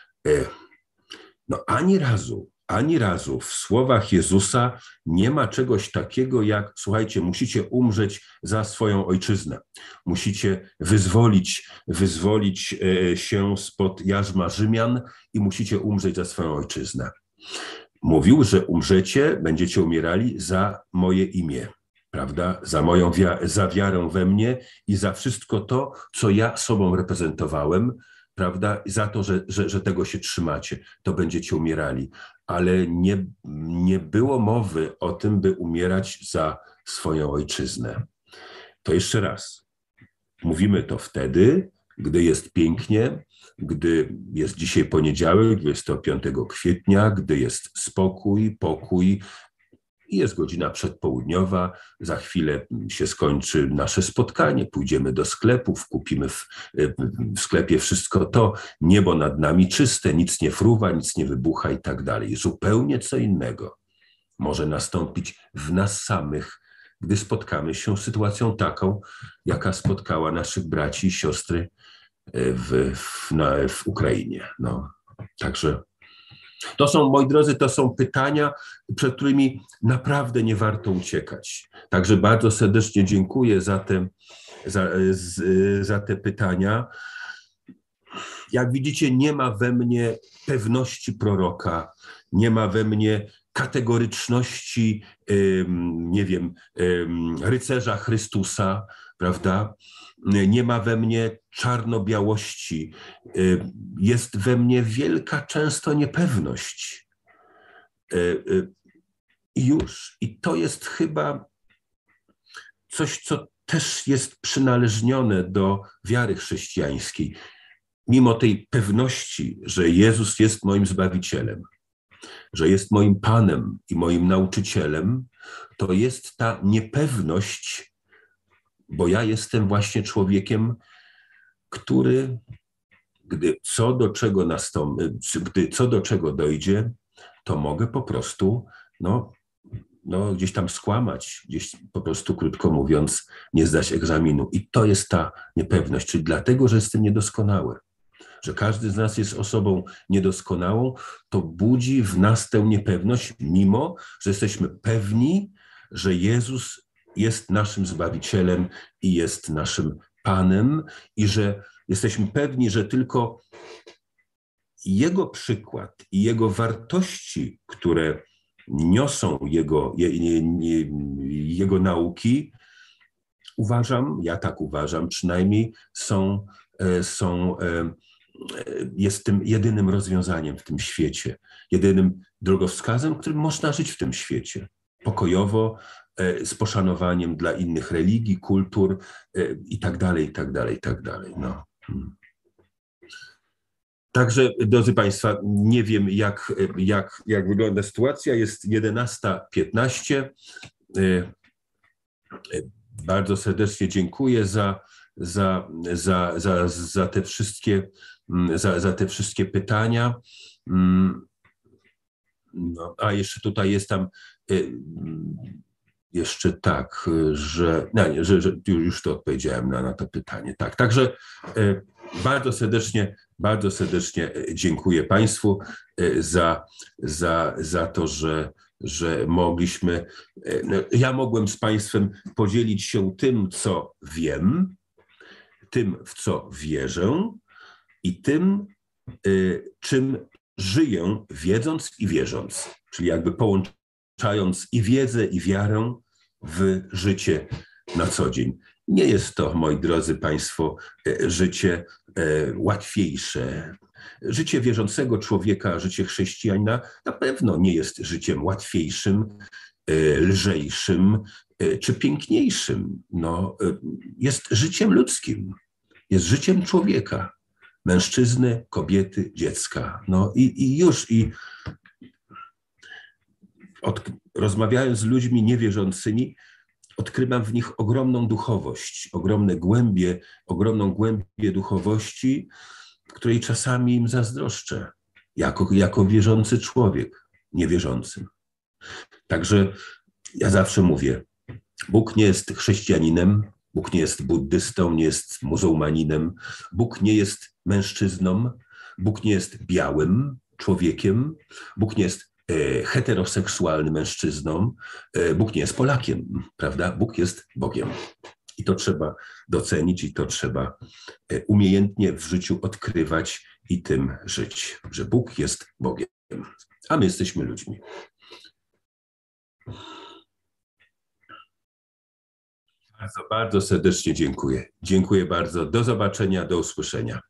no, ani razu, ani razu w słowach Jezusa nie ma czegoś takiego jak, słuchajcie, musicie umrzeć za swoją ojczyznę. Musicie wyzwolić, wyzwolić się spod jarzma Rzymian i musicie umrzeć za swoją ojczyznę. Mówił, że umrzecie, będziecie umierali za moje imię, prawda? Za moją wia- za wiarę we mnie i za wszystko to, co ja sobą reprezentowałem, prawda? I za to, że, że, że tego się trzymacie, to będziecie umierali. Ale nie, nie było mowy o tym, by umierać za swoją ojczyznę. To jeszcze raz. Mówimy to wtedy, gdy jest pięknie, gdy jest dzisiaj poniedziałek, dwudziestego piątego kwietnia, gdy jest spokój, pokój i jest godzina przedpołudniowa, za chwilę się skończy nasze spotkanie, pójdziemy do sklepów, kupimy w, w sklepie wszystko to, niebo nad nami czyste, nic nie fruwa, nic nie wybucha i tak dalej. Zupełnie co innego może nastąpić w nas samych, gdy spotkamy się z sytuacją taką, jaka spotkała naszych braci i siostry w, w, na, w Ukrainie. No, także to są, moi drodzy, to są pytania, przed którymi naprawdę nie warto uciekać. Także bardzo serdecznie dziękuję za te, za, z, za te pytania. Jak widzicie, nie ma we mnie pewności proroka, nie ma we mnie kategoryczności, nie wiem, rycerza Chrystusa, prawda? Nie ma we mnie czarno-białości. Jest we mnie wielka często niepewność. I już. I to jest chyba coś, co też jest przynależnione do wiary chrześcijańskiej. Mimo tej pewności, że Jezus jest moim Zbawicielem, że jest moim Panem i moim nauczycielem, to jest ta niepewność, bo ja jestem właśnie człowiekiem, który, gdy co do czego nastąpi, gdy co do czego dojdzie, to mogę po prostu no, no, gdzieś tam skłamać, gdzieś po prostu, krótko mówiąc, nie zdać egzaminu. I to jest ta niepewność, czyli dlatego, że jestem niedoskonały, że każdy z nas jest osobą niedoskonałą, to budzi w nas tę niepewność, mimo że jesteśmy pewni, że Jezus jest naszym Zbawicielem i jest naszym Panem i że jesteśmy pewni, że tylko Jego przykład i Jego wartości, które niosą Jego, je, je, je, Jego nauki, uważam, ja tak uważam przynajmniej, są, są, jest tym jedynym rozwiązaniem w tym świecie, jedynym drogowskazem, którym można żyć w tym świecie, pokojowo, z poszanowaniem dla innych religii, kultur i tak dalej, i tak dalej, i tak dalej. No. Także, drodzy Państwa, nie wiem, jak, jak, jak wygląda sytuacja. Jest jedenasta piętnaście. Bardzo serdecznie dziękuję za, za, za, za, za, te, wszystkie, za, za te wszystkie pytania. No, a jeszcze tutaj jest tam jeszcze tak, że, no nie, że, że już to odpowiedziałem na, na to pytanie. Tak, także bardzo serdecznie, bardzo serdecznie dziękuję Państwu za, za, za to, że, że mogliśmy, no, ja mogłem z Państwem podzielić się tym, co wiem, tym, w co wierzę i tym, czym żyję, wiedząc i wierząc. Czyli jakby połączając i wiedzę, i wiarę w życie na co dzień. Nie jest to, moi drodzy Państwo, życie łatwiejsze. Życie wierzącego człowieka, życie chrześcijanina na pewno nie jest życiem łatwiejszym, lżejszym czy piękniejszym. No, jest życiem ludzkim, jest życiem człowieka, mężczyzny, kobiety, dziecka. No i, i już, i od, rozmawiając z ludźmi niewierzącymi, odkrywam w nich ogromną duchowość, ogromne głębie, ogromną głębię duchowości, której czasami im zazdroszczę, jako, jako wierzący człowiek, niewierzącym. Także ja zawsze mówię, Bóg nie jest chrześcijaninem, Bóg nie jest buddystą, nie jest muzułmaninem, Bóg nie jest mężczyzną, Bóg nie jest białym człowiekiem, Bóg nie jest e, heteroseksualnym mężczyzną, e, Bóg nie jest Polakiem, prawda? Bóg jest Bogiem. I to trzeba docenić i to trzeba e, umiejętnie w życiu odkrywać i tym żyć, że Bóg jest Bogiem, a my jesteśmy ludźmi. Bardzo, bardzo serdecznie dziękuję. Dziękuję bardzo. Do zobaczenia, do usłyszenia.